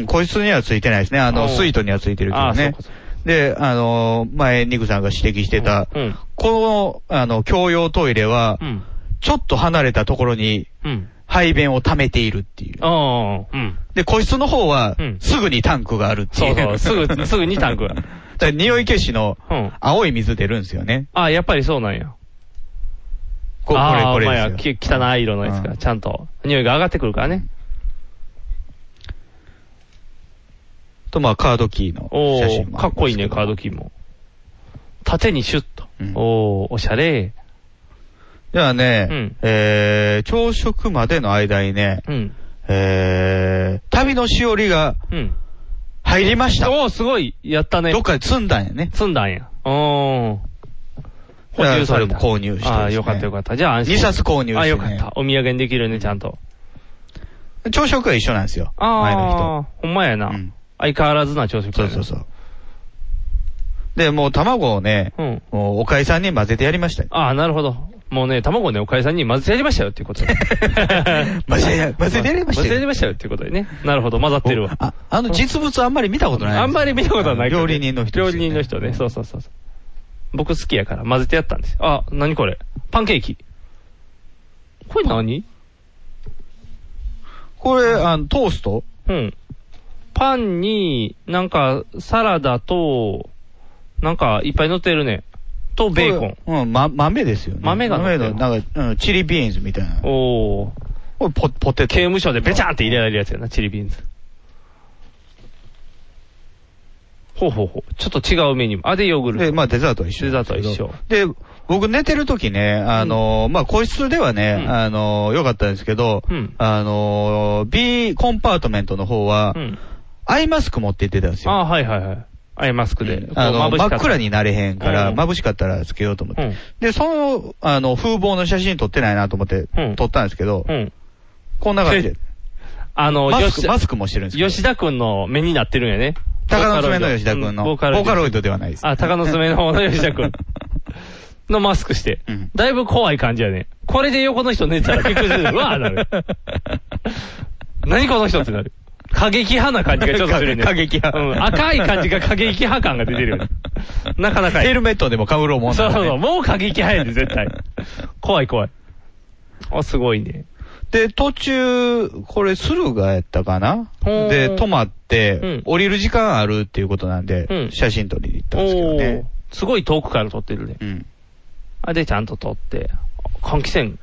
[SPEAKER 4] 個室にはついてないですね。スイートにはついてるけどね。で、前、ニグさんが指摘してた、この、共用トイレは、ちょっと離れたところに、排便を溜めているっていう。で、個室の方は、すぐにタンクがあるっていう。
[SPEAKER 5] すぐにタンクが。
[SPEAKER 4] 匂い消しの、青い水出るんですよね。
[SPEAKER 5] やっぱりそうなんや。これですよ。汚い色のやつが、ちゃんと、匂いが上がってくるからね。
[SPEAKER 4] と、まあ、カードキーの写真も。
[SPEAKER 5] かっこいいね、カードキーも。縦にシュッと。おしゃれ。
[SPEAKER 4] ではね、朝食までの間にね、旅のしおりが、入りました。
[SPEAKER 5] すごい、やったね。
[SPEAKER 4] どっかで積んだんやね。
[SPEAKER 5] 積んだんや。補充された。
[SPEAKER 4] 購入して。
[SPEAKER 5] よかったよかった。じゃあ安心。
[SPEAKER 4] 2冊購入して。
[SPEAKER 5] よかった。お土産にできるね、ちゃんと。
[SPEAKER 4] 朝食は一緒なんですよ。前の
[SPEAKER 5] 人。ほんまやな。相変わらずな朝食。
[SPEAKER 4] そう。で、もう卵をね、もうおかえさんに混ぜてやりました。
[SPEAKER 5] なるほど。もうね、卵ね、おかえさんに混ぜてやりましたよっていうことで。
[SPEAKER 4] 混ぜてやりましたよ。
[SPEAKER 5] 混ぜてやりましたよっていうことでね。なるほど、混ざってるわ。
[SPEAKER 4] 実物あんまり見たことない。
[SPEAKER 5] あんまり見たことはない。
[SPEAKER 4] 料理人の人。
[SPEAKER 5] 料理人の人ね。そう。僕好きやから混ぜてやったんですよ。何これ。パンケーキ。これ何？
[SPEAKER 4] これ、トースト？
[SPEAKER 5] うん。パンに、なんか、サラダと、なんか、いっぱい乗ってるね。と、ベーコン。
[SPEAKER 4] うん、豆ですよね。
[SPEAKER 5] 豆が乗ってる。
[SPEAKER 4] 豆の、なんか、チリビーンズみたいな。
[SPEAKER 5] おー。
[SPEAKER 4] これポテト。
[SPEAKER 5] 刑務所でベチャンって入れられるやつやな、チリビーンズ。ほう。ちょっと違うメニュー。で、ヨーグルト。
[SPEAKER 4] で、まあ、デザートは一緒。
[SPEAKER 5] デザートは一緒。
[SPEAKER 4] で、僕寝てる時ね、まあ、個室ではね、良かったんですけど、B コンパートメントの方は、アイマスク持って行ってたんですよ。
[SPEAKER 5] はい。アイマスクで。
[SPEAKER 4] 真っ暗になれへんから、眩しかったらつけようと思って。で、その、風貌の写真撮ってないなと思って、撮ったんですけど、こんな感じで。マスクもしてるんですけど。
[SPEAKER 5] 吉田くんの目になってるんやね。
[SPEAKER 4] 鷹の爪の吉田くんの。ボーカロイドではないです。
[SPEAKER 5] 鷹の爪の方の吉田くん。のマスクして。だいぶ怖い感じやね。これで横の人寝てたらびっくりする。うわーなる。何この人ってなる。過激派な感じがちょっとするね。
[SPEAKER 4] 過激派。
[SPEAKER 5] 赤い感じが過激派感が出てるよね。なかなか。
[SPEAKER 4] ヘルメットでも被ろうもん
[SPEAKER 5] そう、もう過激派やで、絶対。怖い。すごいね。
[SPEAKER 4] で、途中、これ、駿河やったかなで、止まって、降りる時間あるっていうことなんで、写真撮りに行ったんですけどね。
[SPEAKER 5] すごい遠くから撮ってるね。で、ちゃんと撮って。換気扇。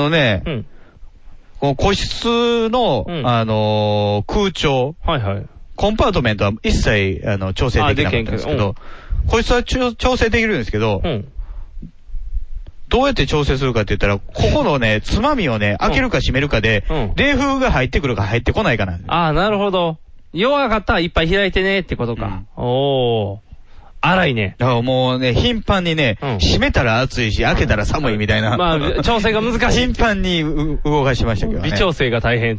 [SPEAKER 5] この個室の、空調。コンパートメントは一切、調整できなかったんですけど、個室は調整できるんですけど、どうやって調整するかって言ったら、ここのね、つまみをね、開けるか閉めるかで、冷風が入ってくるか入ってこないかなんで。 なるほど。弱かったらいっぱい開いてねってことか。荒いね。
[SPEAKER 4] だからもうね、頻繁にね、閉めたら暑いし、開けたら寒いみたいな。
[SPEAKER 5] まあ、調整が難しい。
[SPEAKER 4] 頻繁に動かしましたけどね。
[SPEAKER 5] 微調整が大変。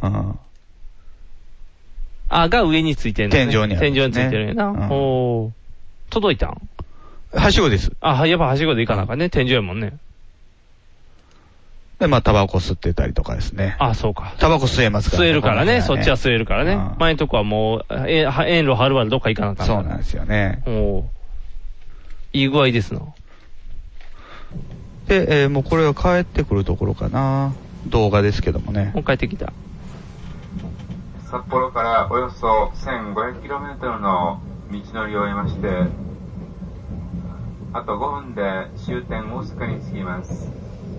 [SPEAKER 5] が上についてるんだね。
[SPEAKER 4] 天井にある。
[SPEAKER 5] 天井についてるんやな。届いたん？
[SPEAKER 4] はしごです。
[SPEAKER 5] やっぱはしごで行かなあかんね。天井やもんね。
[SPEAKER 4] で、まあ、タバコ吸ってたりとかですね。
[SPEAKER 5] そうか。
[SPEAKER 4] タバコ吸えますから
[SPEAKER 5] ね。吸えるからね。そっちは吸えるからね。前のとこはもう、遠路はるばるどっか行かなあかん。
[SPEAKER 4] そうなんですよね。
[SPEAKER 5] いい具合ですな。
[SPEAKER 4] で、もうこれは帰ってくるところかな。動画ですけどもね。
[SPEAKER 5] もう帰ってきた。
[SPEAKER 6] 札幌からおよそ 1500km の道のりを終えまして、あと5分で終点大阪に着きます。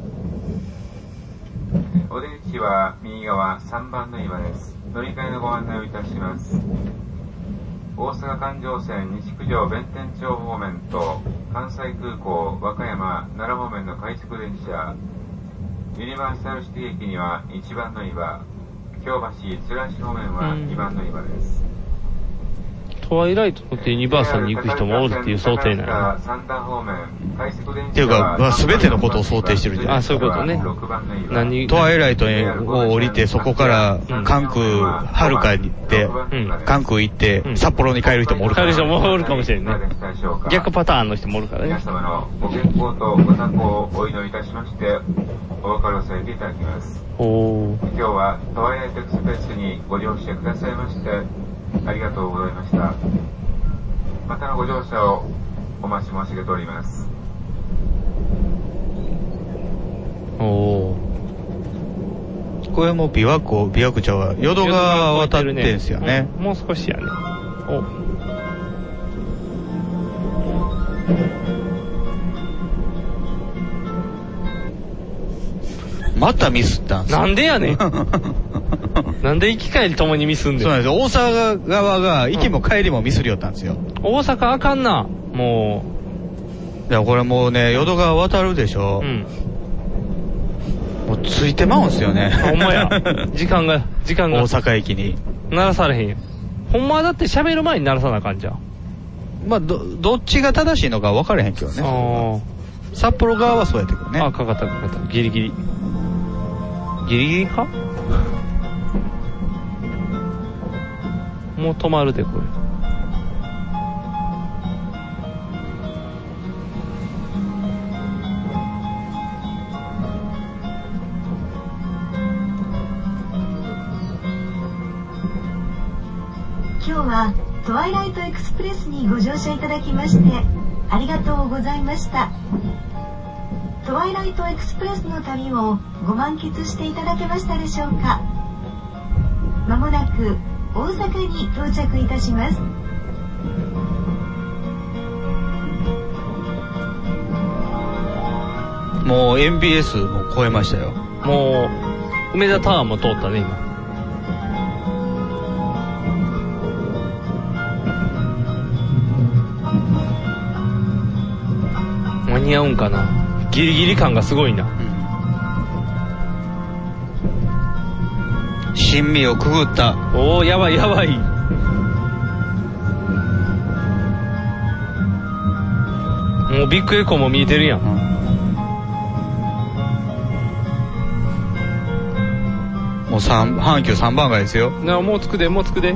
[SPEAKER 6] お出口は右側3番乗り場です。乗り換えのご案内をいたします。大阪環状線西九条弁天町方面と関西空港和歌山奈良方面の快速電車、ユニバーサルシティ駅には1番乗り場、京橋津良市方面は2番乗り場です。
[SPEAKER 5] トワイライトってユニバーサルに行く人もおるっていう想定なの。
[SPEAKER 4] っていうか、まあ、全てのことを想定してるじゃないですか。
[SPEAKER 5] そういうことね。
[SPEAKER 4] トワイライトを降りて、そこから関空、はるかに行って、関空行って、札幌に帰る人もおるかもしれない。
[SPEAKER 5] 帰る人もおるかもしれんね。逆パターンの人もおるからね。
[SPEAKER 6] 皆様のご健康とご多幸をお祈りいたしまして、お別れをさせていただきます。今日はトワイライトエクスプレスにご乗車くださいまして、ありがとうございました。またのご乗車をお待ち申し上げております。
[SPEAKER 4] これも琵琶湖ちゃうわ。淀川渡ってんですよね。
[SPEAKER 5] もう少しやね。
[SPEAKER 4] またミスったんすよ。
[SPEAKER 5] なんでやねん。なんで行き帰りともにミスんでん。
[SPEAKER 4] そうなんですよ。大阪側が行きも帰りもミスりよったんですよ。
[SPEAKER 5] 大阪あかんな。も
[SPEAKER 4] う。いや、これもうね、淀川渡るでしょ。もうついてまうんすよね。
[SPEAKER 5] ほんまや。時間が。
[SPEAKER 4] 大阪駅に。
[SPEAKER 5] 鳴らされへんよ。ほんまはだって喋る前に鳴らさなあかんじゃん。
[SPEAKER 4] まあ、どっちが正しいのか分からへんけどね。札幌側はそうやってくるね。
[SPEAKER 5] かかった。ギリギリ。ギリギリか？もう止まるで、これ。
[SPEAKER 7] 今日はトワイライトエクスプレスにご乗車いただきましてありがとうございました。トワイライトエクスプレスの旅をご満喫していただけましたでしょうか。 まもなく大阪に到着いたします。
[SPEAKER 4] もう MBS も超えましたよ。
[SPEAKER 5] もう梅田タワーも通ったね今。間に合うんかな。ギリギリ感がすごいな。
[SPEAKER 4] 新味をくぐった。
[SPEAKER 5] おー、やばいやばい。もうビッグエコーも見えてるやん。
[SPEAKER 4] もう阪急3番街ですよ。
[SPEAKER 5] もう着くで、もう着くで。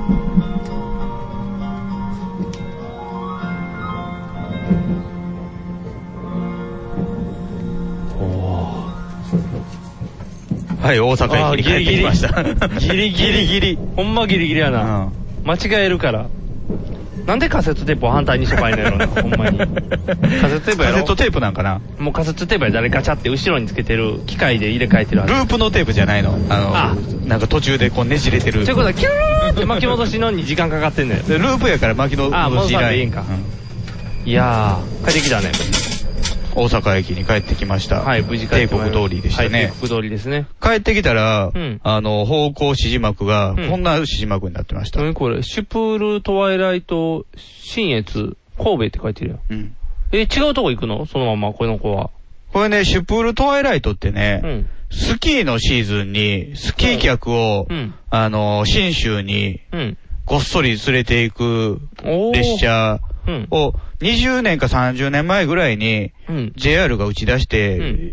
[SPEAKER 4] はい、大阪駅に帰ってきました。
[SPEAKER 5] ギリギリ。ほんまギリギリやな。間違えるから。なんでカセットテープを反対にしてばいいのやろな、ほんまに。カセットテープやろ。
[SPEAKER 4] カセットテープなんかな。
[SPEAKER 5] もうカセットテープや誰ガチャって後ろにつけてる機械で入れ替えてるはず。
[SPEAKER 4] ループのテープじゃないの。なんか途中でこうねじれてる。
[SPEAKER 5] ということはキューって巻き戻しのに時間かかってんのよ。
[SPEAKER 4] ループやから巻き戻しない。
[SPEAKER 5] いいんか。いやー、帰ってきたね。
[SPEAKER 4] 大阪駅に帰ってきました。
[SPEAKER 5] はい、無事帰ってきました。
[SPEAKER 4] 帝国通りでしたね。
[SPEAKER 5] はい、帝国通りですね。
[SPEAKER 4] 帰ってきたら、方向指示幕が、こんな指示幕になってました。
[SPEAKER 5] これ、シュプールトワイライト信越神戸って書いてるよ。違うとこ行くのそのまま、この子は。
[SPEAKER 4] これね、シュプールトワイライトってね、スキーのシーズンに、スキー客を、信州に、ごっそり連れて行く列車を、20年か30年前ぐらいに、JR が打ち出して、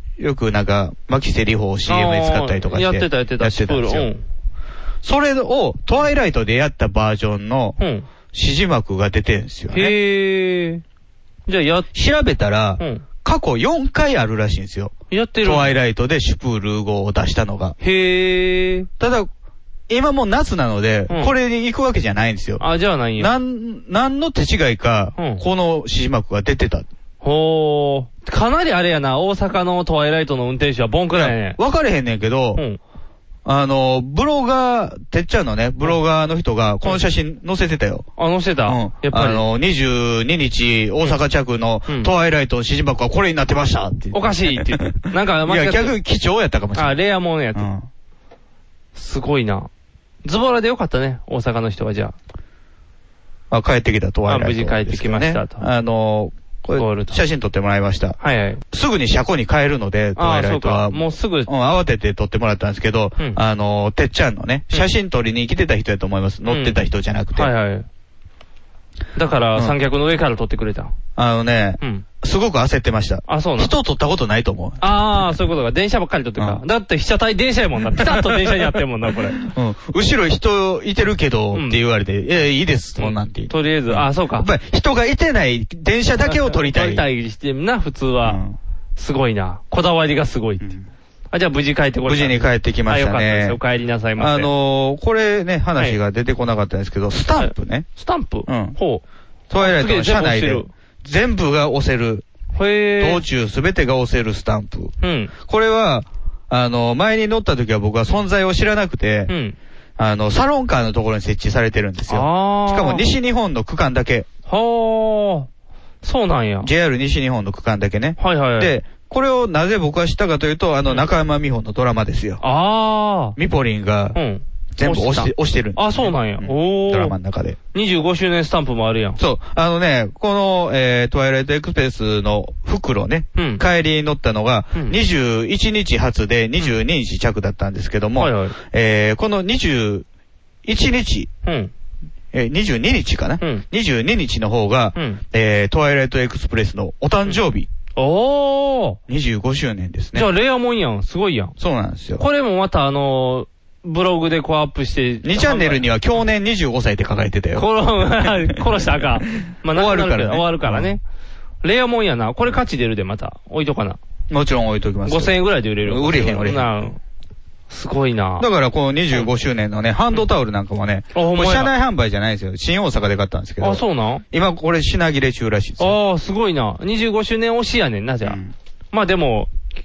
[SPEAKER 4] よくなんか、牧瀬里穂を CM に使ったりとかして。
[SPEAKER 5] やってたんですよ。
[SPEAKER 4] それを、トワイライトでやったバージョンの、指示幕が出てるんですよね。
[SPEAKER 5] へー。じゃあ
[SPEAKER 4] 調べたら、過去4回あるらしいんですよ。
[SPEAKER 5] やってる。
[SPEAKER 4] トワイライトでシュプール号を出したのが。
[SPEAKER 5] へー。
[SPEAKER 4] ただ、今もう夏なので、これに行くわけじゃないんですよ。
[SPEAKER 5] じゃあないんや。
[SPEAKER 4] なんの手違いか、この指示幕が出てた。
[SPEAKER 5] ほー。かなりあれやな、大阪のトワイライトの運転手はボンくらいやね。
[SPEAKER 4] 分かれへんねんけど、ブロガー、てっちゃんのね、ブロガーの人が、この写真載せてたよ。
[SPEAKER 5] 載せたやっぱり。
[SPEAKER 4] 22日、大阪着のトワイライトの指示幕はこれになってましたって。
[SPEAKER 5] おかしいって言って。なんか、
[SPEAKER 4] いや、逆に貴重やったかもしれない。
[SPEAKER 5] レアもんやつ。すごいな。ズボラでよかったね、大阪の人はじゃ
[SPEAKER 4] あ。帰ってきたトワイライト、
[SPEAKER 5] 無事帰ってきましたと。
[SPEAKER 4] これ写真撮ってもらいました。
[SPEAKER 5] はいはい。
[SPEAKER 4] すぐに車庫に帰るので、トワイライトは。
[SPEAKER 5] もうすぐ。
[SPEAKER 4] 慌てて撮ってもらったんですけど、てっちゃんのね、写真撮りに来てた人やと思います。乗ってた人じゃなくて。
[SPEAKER 5] はいはい。だから、三脚の上から撮ってくれた。
[SPEAKER 4] すごく焦ってました。
[SPEAKER 5] そうなの。
[SPEAKER 4] 人撮ったことないと思う。
[SPEAKER 5] そういうことか。電車ばっかり撮ってるから。だって被写体電車やもんな。ピタッと電車にあってるもんな、これ。
[SPEAKER 4] 後ろ人いてるけど、って言われて、いいです、そんなんて。
[SPEAKER 5] とりあえず、そうか。
[SPEAKER 4] やっぱり人がいてない電車だけを撮りたい。
[SPEAKER 5] 撮りたいしてんな、普通は。すごいな。こだわりがすごいって。じゃあ無事帰ってこれた。
[SPEAKER 4] 無事に帰ってきましたね。
[SPEAKER 5] よかったです。お帰りなさいませ。
[SPEAKER 4] これね、話が出てこなかったんですけど、スタンプね。
[SPEAKER 5] スタンプ
[SPEAKER 4] ほう。トワイライトの車内で、全部が押せる。道中すべてが押せるスタンプ。これは、前に乗った時は僕は存在を知らなくて、サロンカーのところに設置されてるんですよ。しかも西日本の区間だけ。
[SPEAKER 5] そうなんや。
[SPEAKER 4] JR 西日本の区間だけね。で、これをなぜ僕は知ったかというと、中山美穂のドラマですよ。ミポリンが、全部押してるんです、ね。
[SPEAKER 5] そうなんや。ド
[SPEAKER 4] ラマの中で。
[SPEAKER 5] 25周年スタンプもあるやん。
[SPEAKER 4] そう。この、トワイライトエクスプレスの袋ね、帰りに乗ったのが、21日発で22日着だったんですけども、この21日、22日かな、22日の方が、トワイライトエクスプレスのお誕生日。25周年ですね。
[SPEAKER 5] じゃあレアもんやん。すごいやん。
[SPEAKER 4] そうなんですよ。
[SPEAKER 5] これもまたブログでこうアップして。
[SPEAKER 4] 2チャンネルには去年25歳って書かれてたよ。
[SPEAKER 5] 殺したらあかん。
[SPEAKER 4] 終わるからね。
[SPEAKER 5] 終わるからね。レアもんやな。これ価値出るでまた。置いとかな。
[SPEAKER 4] もちろん置いときます。
[SPEAKER 5] 5000円ぐらいで売れる。
[SPEAKER 4] 売れへん。
[SPEAKER 5] すごいな。
[SPEAKER 4] だからこの25周年のね、ハンドタオルなんかもね、これ車内販売じゃないんですよ。新大阪で買ったんですけど。
[SPEAKER 5] そうなん
[SPEAKER 4] 今これ品切れ中らしいですよ。
[SPEAKER 5] すごいな。25周年推しやねんな、じゃあ。まあでも、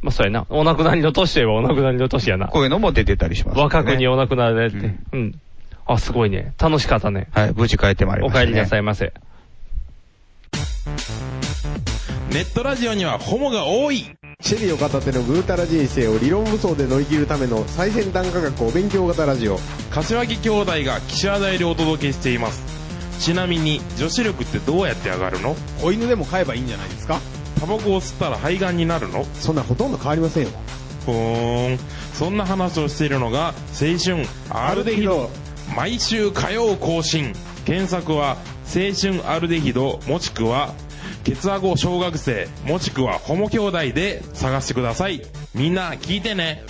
[SPEAKER 8] まあ、そうやな。お亡くなりの年といえばお亡くなりの年やな。
[SPEAKER 4] こういうのも出てたりします、ね。
[SPEAKER 8] 若くにお亡くなられて。うん。あ、すごいね。楽しかったね。
[SPEAKER 4] はい、無事帰ってまいりました、ね。
[SPEAKER 8] お帰りなさいませ。
[SPEAKER 9] ネットラジオにはホモが多い。
[SPEAKER 10] シェリーを片手のぐうたら人生を理論武装で乗り切るための最先端科学お勉強型ラジオ。
[SPEAKER 9] 柏木兄弟が岸和田よりお届けしています。ちなみに女子力ってどうやって上がるの？
[SPEAKER 10] 子犬でも飼えばいいんじゃないですか？
[SPEAKER 9] タバコを吸ったら肺がんになるの？
[SPEAKER 10] そんなほとんど変わりませんよ。
[SPEAKER 9] そんな話をしているのが青春アルデヒド。毎週火曜更新。検索は青春アルデヒドもしくはケツアゴ小学生もしくはホモ兄弟で探してください。みんな聞いてね。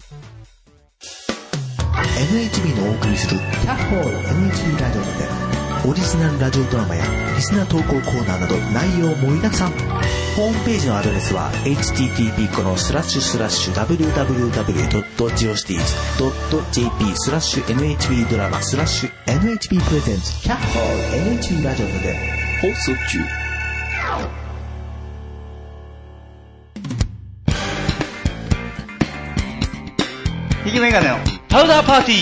[SPEAKER 11] NHB のお送りするキャッホール NHB ラジオでオリジナルラジオドラマやリスナー投稿コーナーなど内容盛りだくさん。ホームページのアドレスは http://www.geocities.jp/NHB ドラマ/NHB プレゼンツキャッホール NHB ラジオで放送中。
[SPEAKER 4] 引きメガネの
[SPEAKER 1] パウダーパーティー。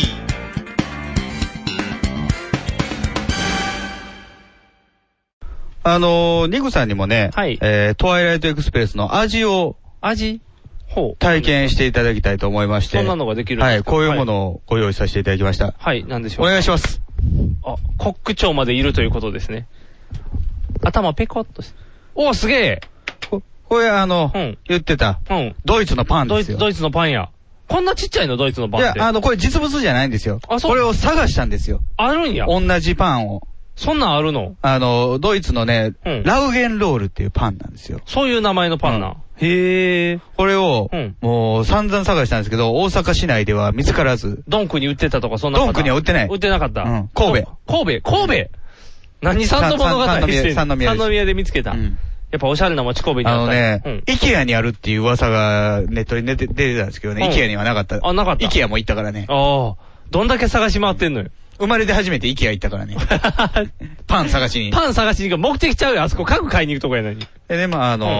[SPEAKER 4] ニグさんにもね、
[SPEAKER 8] はい。
[SPEAKER 4] トワイライトエクスプレスの味を体験していただきたいと思いまして。
[SPEAKER 8] そんなのができるんですか？
[SPEAKER 4] はい、こういうものをご用意させていただきました。
[SPEAKER 8] はい、なんでしょう。
[SPEAKER 4] お願いします。
[SPEAKER 8] あ、コック長までいるということですね。頭ペコッとして。おー、すげえ。
[SPEAKER 4] これ言ってた。
[SPEAKER 8] うん。
[SPEAKER 4] ドイツのパンですよ。
[SPEAKER 8] ドイツのパンや。こんなちっちゃいのドイツのパンって。
[SPEAKER 4] いや、これ実物じゃないんですよ。あ、そう。これを探したんですよ。
[SPEAKER 8] あるんや。
[SPEAKER 4] 同じパンを。
[SPEAKER 8] そんなんあるの？
[SPEAKER 4] ドイツのね、ラウゲンロールっていうパンなんですよ。
[SPEAKER 8] そういう名前のパンなん。へー。
[SPEAKER 4] これを、もう散々探したんですけど、大阪市内では見つからず。
[SPEAKER 8] ドンクに売ってたとかそんな。
[SPEAKER 4] ドンクには売ってない。
[SPEAKER 8] 売ってなかった。
[SPEAKER 4] うん。神戸。
[SPEAKER 8] 何三の物語してんの？
[SPEAKER 4] 三宮
[SPEAKER 8] で見つけた。やっぱおしゃれな町神戸にあった。
[SPEAKER 4] イケアにあるっていう噂がネットに出てたんですけどね、イケアにはなかった。
[SPEAKER 8] あ、なかった。
[SPEAKER 4] イケアも行ったからね。
[SPEAKER 8] ああ。どんだけ探し回ってんのよ。
[SPEAKER 4] 生まれて初めてイケア行ったからね。パン探しに。
[SPEAKER 8] パン探しに行く目的ちゃうよ。あそこ家具買いに行くとこやのに。
[SPEAKER 4] で、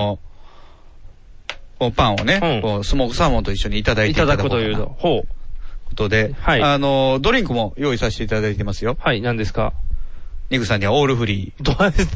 [SPEAKER 4] このパンをね、スモークサーモンと一緒にいただいていただくということで、はい。ドリンクも用意させていただいてますよ。
[SPEAKER 8] はい、何ですか？
[SPEAKER 4] ニグさんにはオールフリー。
[SPEAKER 8] どうやって、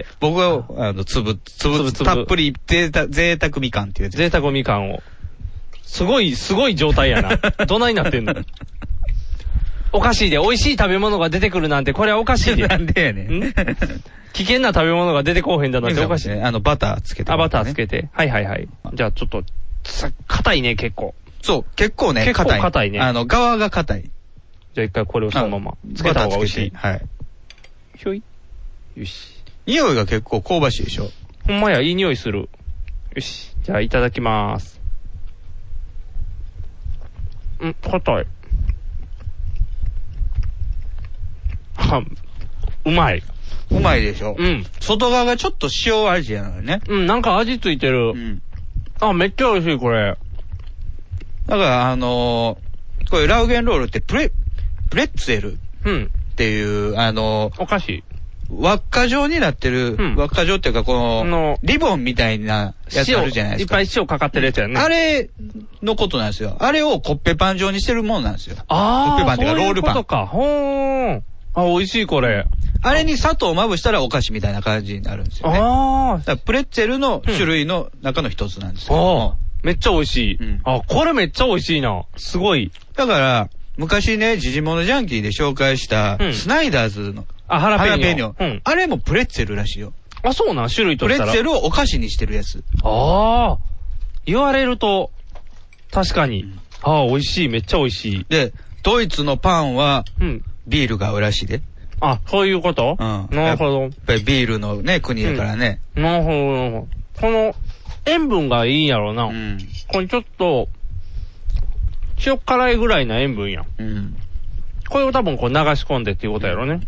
[SPEAKER 4] 僕は、粒たっぷり贅沢みかんっていうやつ。
[SPEAKER 8] 贅沢みかんを。すごい状態やな。どないなってんの？おかしいで、美味しい食べ物が出てくるなんて、これはおかしいで。
[SPEAKER 4] なんでやねん。
[SPEAKER 8] 危険な食べ物が出てこうへんだなんておかしい。
[SPEAKER 4] バターつけて。
[SPEAKER 8] バターつけて。はいはいはい。じゃあちょっと、硬いね、結構。
[SPEAKER 4] そう、結構ね、
[SPEAKER 8] 硬い。硬いね。
[SPEAKER 4] 側が硬い。
[SPEAKER 8] じゃあ一回これをそのまま。つけた方が美味しい。
[SPEAKER 4] はい。
[SPEAKER 8] ひょい。よし。
[SPEAKER 4] 匂いが結構香ばしいでしょ。
[SPEAKER 8] ほんまや、いい匂いする。よし。じゃあいただきまーす。硬い。うまい。
[SPEAKER 4] うまいでしょ。
[SPEAKER 8] うん。
[SPEAKER 4] 外側がちょっと塩味やのよね。
[SPEAKER 8] うん、なんか味ついてる。うん。あ、めっちゃ美味しい、これ。
[SPEAKER 4] だからこれラウゲンロールってプレッツェルっていう、
[SPEAKER 8] お菓子。
[SPEAKER 4] 輪っか状になってる、輪っか状っていうかこの、リボンみたいなやつあるじゃないですか。
[SPEAKER 8] いっぱい塩かかってるやつやね。
[SPEAKER 4] あれのことなんですよ。あれをコッペパン状にしてるものなんですよ。
[SPEAKER 8] ああ。
[SPEAKER 4] コッペパンっていうかロールパン。
[SPEAKER 8] そういうことか。ほーん。あ、美味しいこれ。
[SPEAKER 4] あれに砂糖をまぶしたらお菓子みたいな感じになるんですよね。ああ。だからプレッツェルの種類の中の一つなんですよ。
[SPEAKER 8] めっちゃ美味しい。あ、これめっちゃ美味しいな。すごい。
[SPEAKER 4] だから、昔ね、ジジモノジャンキーで紹介した、スナイダーズの、
[SPEAKER 8] ハラペーニョ。
[SPEAKER 4] あれもプレッツェルらしいよ。
[SPEAKER 8] あ、そうなん？種類としたら。
[SPEAKER 4] プレッツェルをお菓子にしてるやつ。
[SPEAKER 8] ああ。言われると、確かに。ああ、美味しい。めっちゃ美味しい。
[SPEAKER 4] で、ドイツのパンは、ビールが合うらしいで。
[SPEAKER 8] あ、そういうこと？なるほど。
[SPEAKER 4] やっぱりビールのね、国だからね。
[SPEAKER 8] なるほど。この、塩分がいいんやろうな。これちょっと、塩辛いぐらいな塩分や。これを多分こう流し込んでっていうことやろね。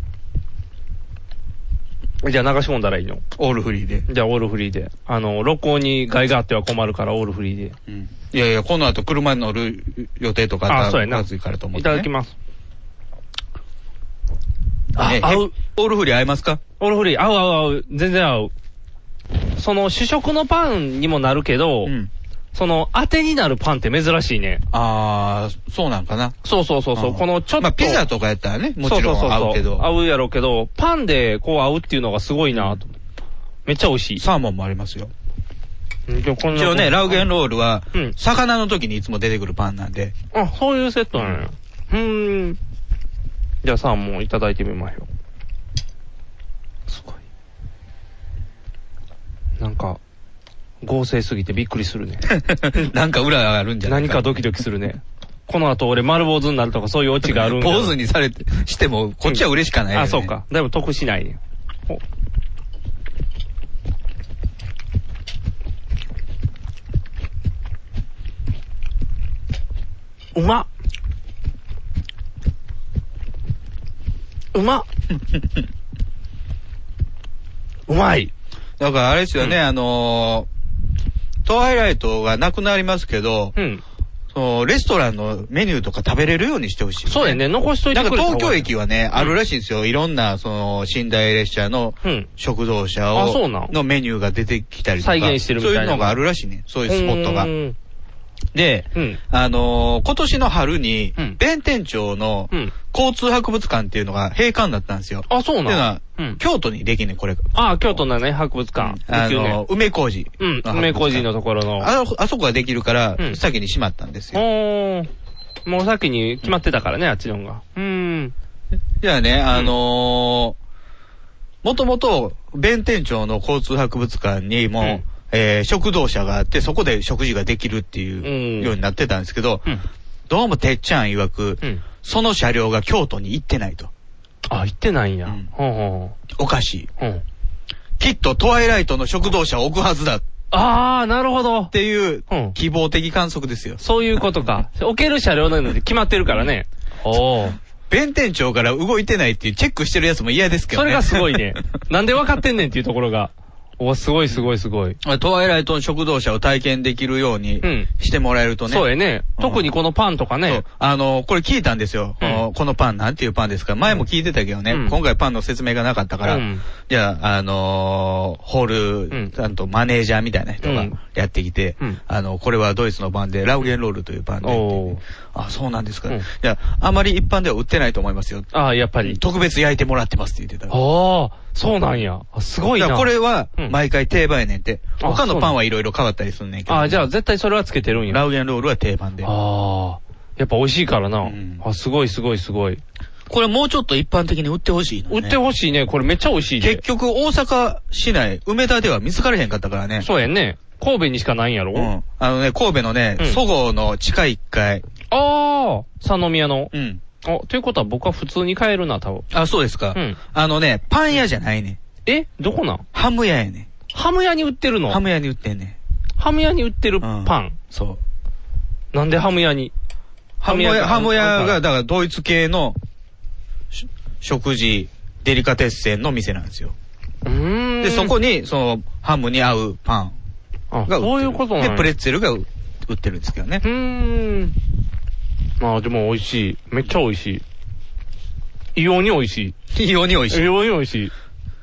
[SPEAKER 8] じゃあ流し込んだらいいの？
[SPEAKER 4] オールフリーで。
[SPEAKER 8] じゃあオールフリーで。録音に害があっては困るからオールフリーで。
[SPEAKER 4] いやいや、この後車に乗る予定とかあったらまずいからと思って、ね。
[SPEAKER 8] いただきます。
[SPEAKER 4] 合う。オールフリー合いますか？
[SPEAKER 8] オールフリー、合う。全然合う。 その主食のパンにもなるけど、その当てになるパンって珍しいね。
[SPEAKER 4] そうなんかな。
[SPEAKER 8] そう。このちょっと。
[SPEAKER 4] まあ、ピザとかやったらね、もちろん合うけど。
[SPEAKER 8] 合うやろうけど、パンでこう合うっていうのがすごいなと。めっちゃ美味しい。
[SPEAKER 4] サーモンもありますよ。
[SPEAKER 8] 一
[SPEAKER 4] 応ね、ラウゲンロールは、魚の時にいつも出てくるパンなんで。
[SPEAKER 8] そういうセットなんや。じゃあサーモンいただいてみましょう。すごい。なんか、合成すぎてびっくりするね。
[SPEAKER 4] なんか裏があるんじゃない
[SPEAKER 8] か。何かドキドキするね。この後俺丸坊主になるとかそういうオチがあるんだ。
[SPEAKER 4] 坊主にしても、こっちは嬉しかないよね。
[SPEAKER 8] そうか。でも得しないね。うまっ。うまっ。うまい。
[SPEAKER 4] だからあれですよね、トワイライトがなくなりますけど、レストランのメニューとか食べれるようにしてほしい、ね。
[SPEAKER 8] そうやね、残しといてくれた方がいい。
[SPEAKER 4] なんか東京駅はね、あるらしいんですよ。いろんな、寝台列車の食堂車のメニューが出てきたりとか。
[SPEAKER 8] 再現してるみたいな。
[SPEAKER 4] そういうのがあるらしいね。そういうスポットが。で、今年の春に、弁天町の交通博物館っていうのが閉館だったんですよ。
[SPEAKER 8] そうなん
[SPEAKER 4] だ。京都にできんねん、これ。
[SPEAKER 8] 京都のね、博物館。
[SPEAKER 4] 梅小路。
[SPEAKER 8] 梅小路のところの。
[SPEAKER 4] あそこができるから、先に閉まったんですよ。
[SPEAKER 8] もう先に決まってたからね、あっちのが。
[SPEAKER 4] じゃあね、もともと、弁天町の交通博物館にも、食堂車があって、そこで食事ができるっていうようになってたんですけど、どうもてっちゃん曰く、その車両が京都に行ってないと。
[SPEAKER 8] 行ってないんや。
[SPEAKER 4] おかしい。きっとトワイライトの食堂車を置くはずだ。
[SPEAKER 8] なるほど。
[SPEAKER 4] っていう、希望的観測ですよ。
[SPEAKER 8] そういうことか。置ける車両なので決まってるからね。
[SPEAKER 4] 弁天町から動いてないっていうチェックしてるやつも嫌ですけどね。
[SPEAKER 8] それがすごいね。なんで分かってんねんっていうところが。すごい。
[SPEAKER 4] トワイライトの食堂車を体験できるようにしてもらえるとね。
[SPEAKER 8] そうやね。特にこのパンとかね。
[SPEAKER 4] これ聞いたんですよ。このパンなんていうパンですか。前も聞いてたけどね。今回パンの説明がなかったから。じゃあ、ホール、ちゃんとマネージャーみたいな人がやってきて、これはドイツのパンで、ラウゲンロールというパンで。そうなんですか。いや、あまり一般では売ってないと思いますよ。
[SPEAKER 8] やっぱり。
[SPEAKER 4] 特別焼いてもらってますって言ってた。
[SPEAKER 8] そうなんや。すごいな。
[SPEAKER 4] これは、毎回定番やねんって。他のパンはいろいろ変わったりすんねんけど。
[SPEAKER 8] じゃあ絶対それはつけてるんや。
[SPEAKER 4] ラウゲンロールは定番で。
[SPEAKER 8] やっぱ美味しいからな。すごい。
[SPEAKER 4] これもうちょっと一般的に売ってほしいのね。
[SPEAKER 8] 売ってほしいね。これめっちゃ美味しいで。
[SPEAKER 4] 結局大阪市内、梅田では見つかれへんかったからね。
[SPEAKER 8] そうやんね。神戸にしかないんやろ。
[SPEAKER 4] 神戸のね、そごうの地下1階。
[SPEAKER 8] 三宮の。ということは僕は普通に買えるな、多分。
[SPEAKER 4] そうですか。パン屋じゃないね。
[SPEAKER 8] どこなん？
[SPEAKER 4] ハム屋やね。
[SPEAKER 8] ハム屋に売ってるの？
[SPEAKER 4] ハム屋に売ってんね。
[SPEAKER 8] ハム屋に売ってるパン。
[SPEAKER 4] そう。
[SPEAKER 8] なんでハム屋に？
[SPEAKER 4] ハム屋が、だからドイツ系の食事、デリカテッセンの店なんですよ。で、そこに、ハムに合うパンが売ってる。
[SPEAKER 8] そういうことなんや。
[SPEAKER 4] で、プレッツェルが売ってるんですけどね。
[SPEAKER 8] でも美味しい。めっちゃ美味しい。異様に美味しい。
[SPEAKER 4] 異様に美味しい。
[SPEAKER 8] 異様に美味しい。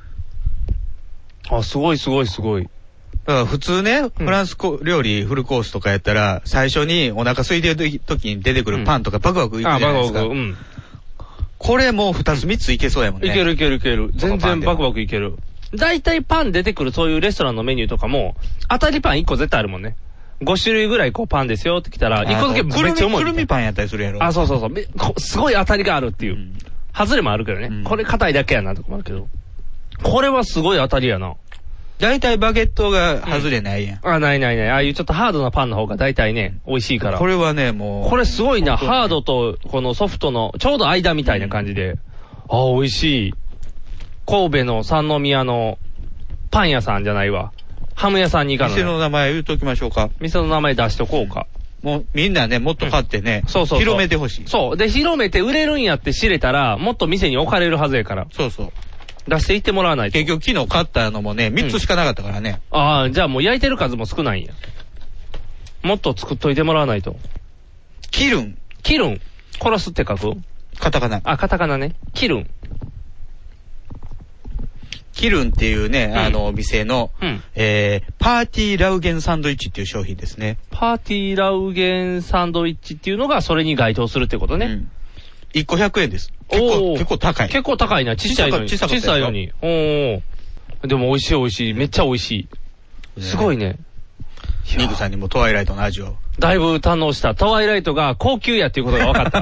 [SPEAKER 8] すごい。
[SPEAKER 4] だから普通ね、フランス料理フルコースとかやったら、最初にお腹空いてる時に出てくるパンとかバクバクいくじゃないですか。これもう2つ3ついけそうやもんね。
[SPEAKER 8] いける。全然バクバクいける。だいたいパン出てくるそういうレストランのメニューとかも、当たりパン1個絶対あるもんね。5種類ぐらいパンですよって来たら、1個だけめっちゃ重い。
[SPEAKER 4] くるみパンやったりするやろ。
[SPEAKER 8] そう。すごい当たりがあるっていう。外れもあるけどね。これ硬いだけやなとかもあるけど。これはすごい当たりやな。
[SPEAKER 4] だいたいバゲットが外れないやん。
[SPEAKER 8] ない。ああいうちょっとハードなパンの方がだいたいね、美味しいから。
[SPEAKER 4] これはね、もう。
[SPEAKER 8] これすごいな。ハードとこのソフトのちょうど間みたいな感じで。美味しい。神戸の三宮のパン屋さんじゃないわ。ハム屋さんに行かない。
[SPEAKER 4] 店の名前言うときましょうか。
[SPEAKER 8] 店の名前出しとこうか。
[SPEAKER 4] もうみんなね、もっと買ってね、広めてほしい。
[SPEAKER 8] そう。で、広めて売れるんやって知れたら、もっと店に置かれるはずやから。
[SPEAKER 4] そう。
[SPEAKER 8] 出していってもらわないと。
[SPEAKER 4] 結局昨日買ったのもね、3つしかなかったからね。
[SPEAKER 8] じゃあもう焼いてる数も少ないんや。もっと作っといてもらわないと。
[SPEAKER 4] キルン。
[SPEAKER 8] 殺すって書く？
[SPEAKER 4] カタカナ。
[SPEAKER 8] カタカナね。キルン。
[SPEAKER 4] キルンっていうね、お店の、パーティーラウゲンサンドイッチっていう商品ですね。
[SPEAKER 8] パーティーラウゲンサンドイッチっていうのがそれに該当するってことね。
[SPEAKER 4] 1個100円です。結構高い。
[SPEAKER 8] 結構高いな。小さいのに。小さいのに。でも美味しい美味しい。めっちゃ美味しい。すごいね。
[SPEAKER 4] ニグさんにもトワイライトの味を。
[SPEAKER 8] だいぶ堪能した。トワイライトが高級やっていうことが分かった。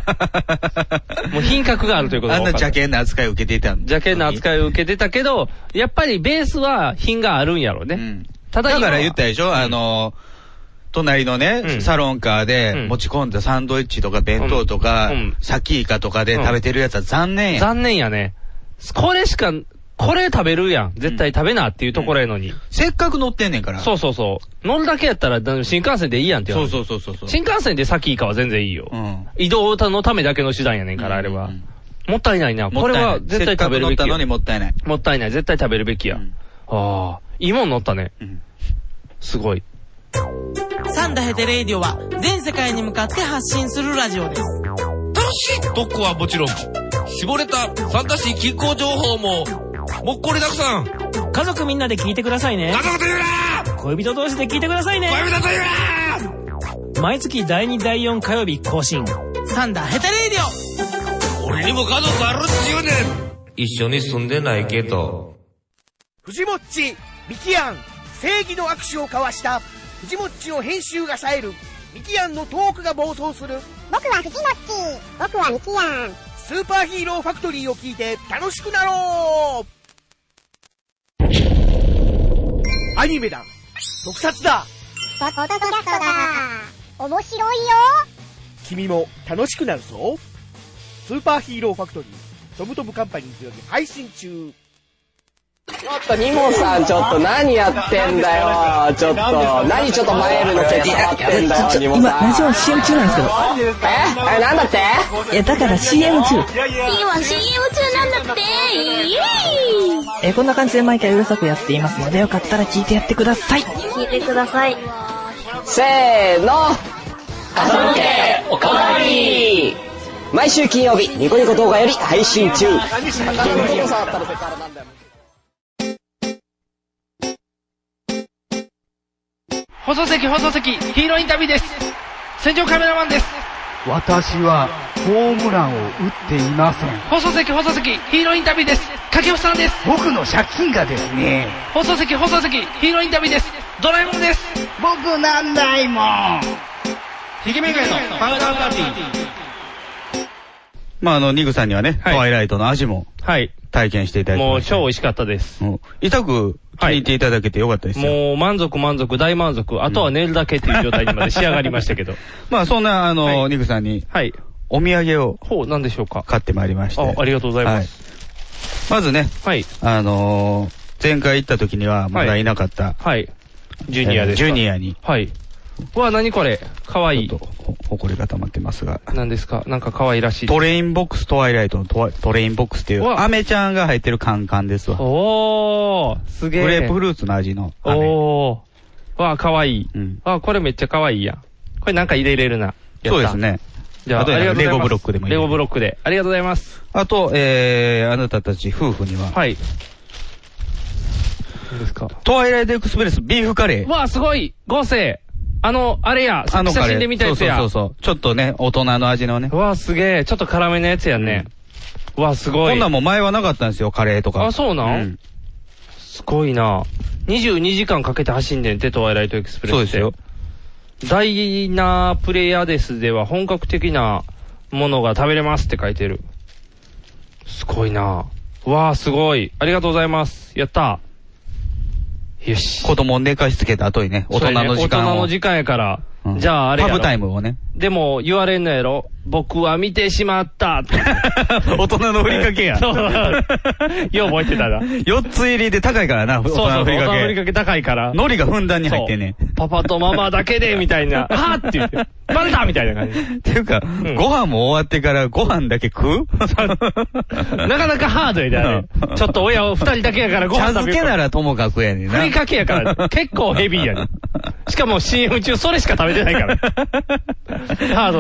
[SPEAKER 8] もう品格があるということが分かった。
[SPEAKER 4] あんな邪険な扱いを受けていたん
[SPEAKER 8] 邪険な扱いを受けてたけど、やっぱりベースは品があるんやろね。
[SPEAKER 4] だから言ったでしょ、隣のね、サロンカーで持ち込んだサンドイッチとか弁当とか、サキイカとかで食べてるやつは残念や。
[SPEAKER 8] 残念やね。これ食べるやん。絶対食べなっていうところやのに。
[SPEAKER 4] せっかく乗ってんねんから。
[SPEAKER 8] そう。乗るだけやったら新幹線でいいやんって言う。
[SPEAKER 4] そう。
[SPEAKER 8] 新幹線でサキイカは全然いいよ。移動のためだけの手段やねんから、あれは。もったいないな。これは絶対食べるべきや。
[SPEAKER 4] せっかく乗ったのにもったいない。
[SPEAKER 8] もったいない。絶対食べるべきや。いいもん乗ったね。すごい。
[SPEAKER 12] サンダヘテレイディオは全世界に向かって発信するラジオです。
[SPEAKER 13] 楽しい特攻はもちろん、絞れた参加し気候情報ももっこりたくさん。
[SPEAKER 12] 家族みんなで聞いてくださいね。
[SPEAKER 13] 家族と言うな。
[SPEAKER 12] 恋人同士で聞いてくださいね。
[SPEAKER 13] 恋人と言う
[SPEAKER 12] な。毎月第2第4火曜日更新、サンダヘテレイディ
[SPEAKER 13] オ。俺にも家族あるっちゅうねん。一緒に住んでないけど。
[SPEAKER 14] 藤もっちミキアン、正義の握手を交わした藤もっちの編集が冴えるミキアンのトークが暴走する。
[SPEAKER 15] 僕は藤もっち、僕はミキアン。
[SPEAKER 14] スーパーヒーローファクトリーを聞いて楽しくなろう。アニメだ、特撮だ、
[SPEAKER 15] ポッドキャストだ、面白いよ。
[SPEAKER 14] 君も楽しくなるぞ。スーパーヒーローファクトリー、トムトムカンパニーズより配信中。
[SPEAKER 16] ちょっとニモさん、ちょっと何やってんだよ。ちょっと何ちょっとマイルのケツ触ってんだよ、ニモさん。
[SPEAKER 17] 今ラジオ CM 中なんですけど。
[SPEAKER 16] なんだって？
[SPEAKER 17] いやだから CM 中。
[SPEAKER 15] 今 CM 中なんだって。イエーイ。
[SPEAKER 17] こんな感じで毎回うるさくやっていますので、よかったら聞いてやってください。
[SPEAKER 15] 聞いてください。
[SPEAKER 16] せーの。朝向けおかわり。毎週金曜日ニコニコ動画より配信中。
[SPEAKER 8] 放送席、ヒーローインタビューです。戦場カメラマンです。
[SPEAKER 18] 私はホームランを打っていません。
[SPEAKER 8] 放送席、ヒーローインタビューです。掛布さんです。
[SPEAKER 18] 僕の借金がですね。
[SPEAKER 8] 放送席、ヒーローインタビューです。ドラえもんです。
[SPEAKER 18] 僕なんだいもん。
[SPEAKER 8] ひげめがいのパウダーパーティー。
[SPEAKER 4] まあニグさんにはね、トワイライトの味も体験していただきました。
[SPEAKER 8] もう超美味しかったです。
[SPEAKER 4] 痛く気に入っていただけてよかったですよ。
[SPEAKER 8] もう満足、大満足。あとは寝るだけっていう状態にまで仕上がりましたけど。
[SPEAKER 4] まあそんなニグさんに、お土産を、
[SPEAKER 8] 何でしょうか。
[SPEAKER 4] 買ってまいりまして。
[SPEAKER 8] ありがとうございます。
[SPEAKER 4] まずね、前回行った時にはまだいなかった、
[SPEAKER 8] ジュニアです。
[SPEAKER 4] ジュニアに。
[SPEAKER 8] 何これかわいい。
[SPEAKER 4] ちょっと、ほこりが溜まってますが。
[SPEAKER 8] 何ですか？なんかかわいらしい。
[SPEAKER 4] トレインボックストワイライトのトレインボックスっていう、アメちゃんが入ってるカンカンですわ。
[SPEAKER 8] すげえ。
[SPEAKER 4] グレープフルーツの味のアメ。
[SPEAKER 8] かわいい。これめっちゃかわいいやん。これなんか入れれるな。
[SPEAKER 4] そうですね。
[SPEAKER 8] じゃあ、レ
[SPEAKER 4] ゴブロックでもいい。
[SPEAKER 8] レゴブロックで。ありがとうございます。
[SPEAKER 4] あと、あなたたち夫婦には。
[SPEAKER 8] 何ですか？
[SPEAKER 4] トワイライトエクスプレスビーフカレー。
[SPEAKER 8] すごい豪勢。あれや、写真で見たやつや。
[SPEAKER 4] そう。ちょっとね、大人の味のね。
[SPEAKER 8] すげえ。ちょっと辛めのやつやね。すごい。
[SPEAKER 4] こんなんも前はなかったんですよ、カレーとか。
[SPEAKER 8] そうなん？すごいな。22時間かけて走んでんて、トワイライトエクスプレス。
[SPEAKER 4] そうですよ。
[SPEAKER 8] ダイナープレイヤーデスでは本格的なものが食べれますって書いてる。すごいな。すごい。ありがとうございます。やったー。よし。
[SPEAKER 4] 子供を寝かしつけた後にね、大人の時間を。
[SPEAKER 8] 大人の時間やから。じゃああれやろ。
[SPEAKER 4] パブタイムをね。
[SPEAKER 8] でも言われんのやろ。僕は見てしまった。
[SPEAKER 4] 大人のふりかけや。
[SPEAKER 8] そう。よう覚えてたな。
[SPEAKER 4] 4つ入りで高いからな、大人のふりかけ。
[SPEAKER 8] 大人のふりかけ高いから。
[SPEAKER 4] 海苔がふんだんに入ってんね。
[SPEAKER 8] パパとママだけで、みたいな。はぁって言って。バレたみたいな感じ。
[SPEAKER 4] っていうか、ご飯も終わってからご飯だけ食う
[SPEAKER 8] なかなかハードやで、ちょっと親を2人だけやからご飯食べよう。
[SPEAKER 4] 茶漬けならともかくやねんな。
[SPEAKER 8] ふりかけやから、結構ヘビーやねん。しかも CM 中それしか食べてないから。ハードな。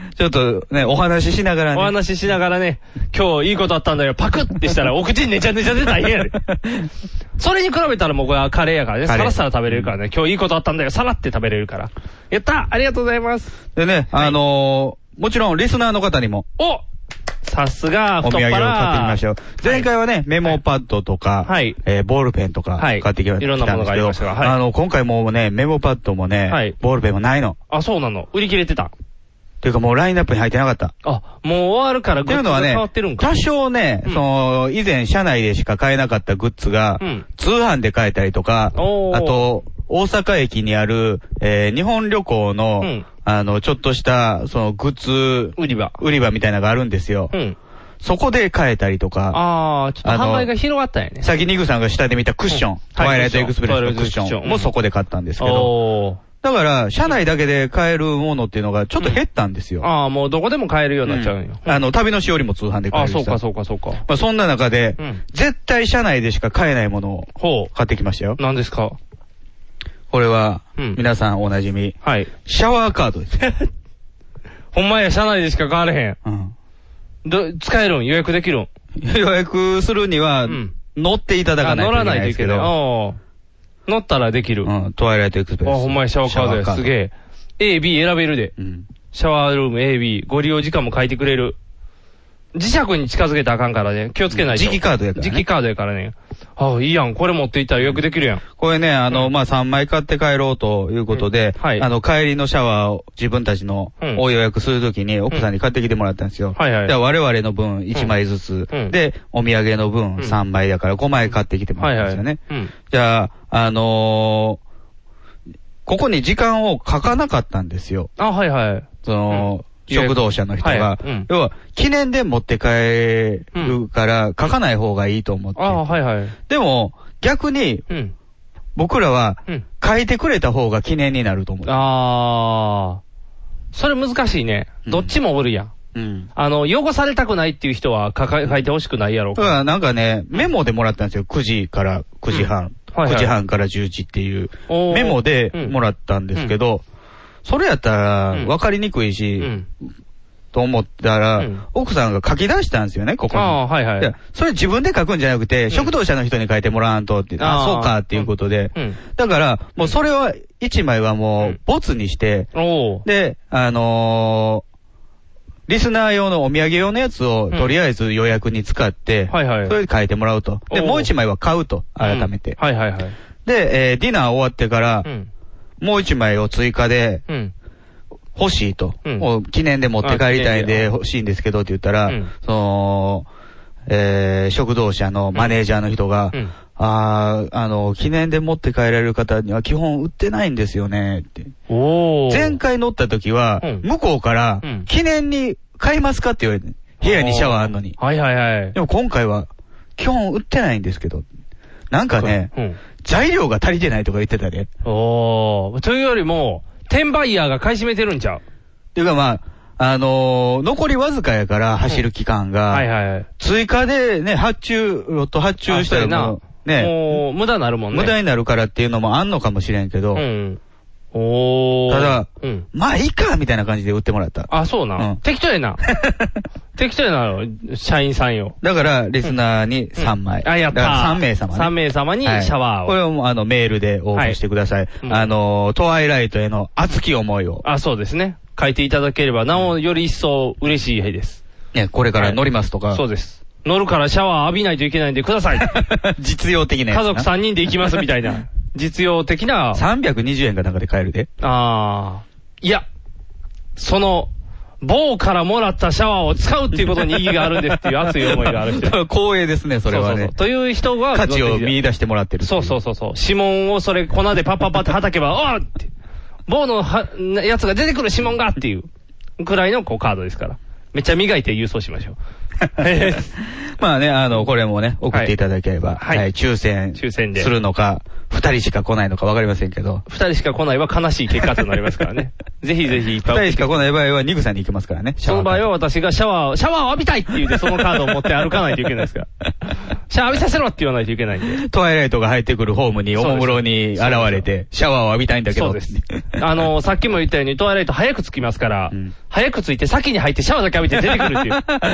[SPEAKER 4] ちょっとね、お話ししながらね。
[SPEAKER 8] お話ししながらね、今日いいことあったんだよ、パクってしたら、お口にねちゃねちゃで大変やで。それに比べたらもうこれはカレーやからね、さらさら食べれるからね、今日いいことあったんだよ、さらって食べれるから。やったありがとうございます。
[SPEAKER 4] でね、もちろんリスナーの方にも。
[SPEAKER 8] さすが、
[SPEAKER 4] お土産を買ってみましょう。前回はね、メモパッドとか、ボールペンとか買ってきました。
[SPEAKER 8] いろんなものがありましたが、
[SPEAKER 4] 今回もうね、メモパッドもね、ボールペンもないの。
[SPEAKER 8] あ、そうなの。売り切れてた。
[SPEAKER 4] ていうかもうラインナップに入ってなかった。
[SPEAKER 8] あ、もう終わるからグッズが変わってるんか。
[SPEAKER 4] 多少ね、以前社内でしか買えなかったグッズが、通販で買えたりとか、あと、大阪駅にある、日本旅行の、ちょっとした、グッズ、売り場みたいなのがあるんですよ。そこで買えたりとか。
[SPEAKER 8] ちょっと販売が広がったんやね。
[SPEAKER 4] さっきニグさんが下で見たクッション、トワイライトエクスプレスのクッションもそこで買ったんですけど。だから、社内だけで買えるものっていうのがちょっと減ったんですよ。
[SPEAKER 8] もうどこでも買えるようになっちゃうんよ。
[SPEAKER 4] 旅のしおりも通販で買えるし。
[SPEAKER 8] そうか。
[SPEAKER 4] まあそんな中で、絶対社内でしか買えないものを買ってきましたよ。
[SPEAKER 8] 何ですか？
[SPEAKER 4] これは、皆さんおなじみ。シャワーカードです。
[SPEAKER 8] ほんまや、社内でしか買われへん。使えるん？予約できるん？
[SPEAKER 4] 予約するには、乗っていただかないといけないですけど。
[SPEAKER 8] 乗ったらできる。
[SPEAKER 4] トワイライトエクスプレス。
[SPEAKER 8] ほんまにシャワーカードや。すげえ。A、B 選べるで。シャワールーム A、B。ご利用時間も書いてくれる。磁石に近づけたらあかんからね。気をつけないと。
[SPEAKER 4] 磁気カードやからね。
[SPEAKER 8] 磁気カードやからね。いいやん。これ持っていったら予約できるやん。
[SPEAKER 4] これね、3枚買って帰ろうということで、帰りのシャワーを自分たちのを予約するときに奥さんに買ってきてもらったんですよ。で、我々の分1枚ずつ、で、お土産の分3枚だから5枚買ってきてもらったんですよね。じゃあ、ここに時間を書かなかったんですよ。食堂車の人が。要は、記念で持って帰るから、書かない方がいいと思って。でも、逆に、僕らは、書いてくれた方が記念になると思う。
[SPEAKER 8] それ難しいね。どっちもおるやん。汚されたくないっていう人は書いてほしくないやろ。
[SPEAKER 4] だからなんかね、メモでもらったんですよ。9時から9時半。9時半から10時っていう、メモでもらったんですけど、それやったら、分かりにくいし、と思ったら、奥さんが書き出したんですよね、ここに。それ自分で書くんじゃなくて、食堂車の人に書いてもらわんとって、そうかっていうことで。だから、もうそれは、1枚はもう、ボツにして、で、リスナー用のお土産用のやつを、とりあえず予約に使って、それで書いてもらうと。で、もう1枚は買うと、改めて。で、ディナー終わってから、もう1枚を追加で、欲しいと。記念で持って帰りたいんで欲しいんですけどって言ったら、食堂車のマネージャーの人が、記念で持って帰られる方には基本売ってないんですよねって。前回乗った時は、向こうから、記念に買いますかって言われて、部屋にシャワーあんのに。でも今回は、基本売ってないんですけど、なんかね、材料が足りてないとか言ってたね。
[SPEAKER 8] というよりも、転売ヤーが買い占めてるんちゃう？
[SPEAKER 4] っていうかまあ、残りわずかやから走る期間が、追加でね、ロット発注したらもう、ね、
[SPEAKER 8] もう無駄になるもんね。
[SPEAKER 4] 無駄になるからっていうのもあんのかもしれんけど、ただ、まあいいかみたいな感じで売ってもらった。
[SPEAKER 8] そうな。適当やな。適当やな、社員さんよ。
[SPEAKER 4] だから、リスナーに3枚。
[SPEAKER 8] やった
[SPEAKER 4] ー。3名様ね。
[SPEAKER 8] 3名様にシャワーを。
[SPEAKER 4] これをメールで応募してください。トワイライトへの熱き思いを。
[SPEAKER 8] そうですね。書いていただければ、なおより一層嬉しいです。
[SPEAKER 4] ね、これから乗りますとか。
[SPEAKER 8] そうです。乗るからシャワー浴びないといけないんでください。
[SPEAKER 4] 実用的なやつ。
[SPEAKER 8] 家族3人で行きますみたいな。実用的な。
[SPEAKER 4] 320円かなんかで買えるで。
[SPEAKER 8] いや、某からもらったシャワーを使うっていうことに意義があるんですっていう熱い思いがある人。
[SPEAKER 4] 光栄ですね、それはね。
[SPEAKER 8] という人は。
[SPEAKER 4] 価値を見出してもらってる。
[SPEAKER 8] そう。指紋を粉でパッパッパって叩けば、って。某のやつが出てくる指紋がっていうくらいのカードですから。めっちゃ磨いて郵送しましょう。
[SPEAKER 4] まあね、これもね、送っていただければ、抽選するのか、2人しか来ないのか分かりませんけど。
[SPEAKER 8] 2人しか来ないは悲しい結果となりますからね。ぜひぜひいっぱい。
[SPEAKER 4] 2人しか来ない場合はニグさんに行きますからね。
[SPEAKER 8] その場合は私がシャワーを浴びたいって言うてそのカードを持って歩かないといけないですから。 シャワー浴びさせろって言わないといけないんで。
[SPEAKER 4] トワイライトが入ってくるホームにおもむろに現れて、シャワーを浴びたいんだけど。
[SPEAKER 8] そうです。さっきも言ったようにトワイライト早く着きますから、早く着いて先に入ってシャワーだけ浴びて出てくるっていう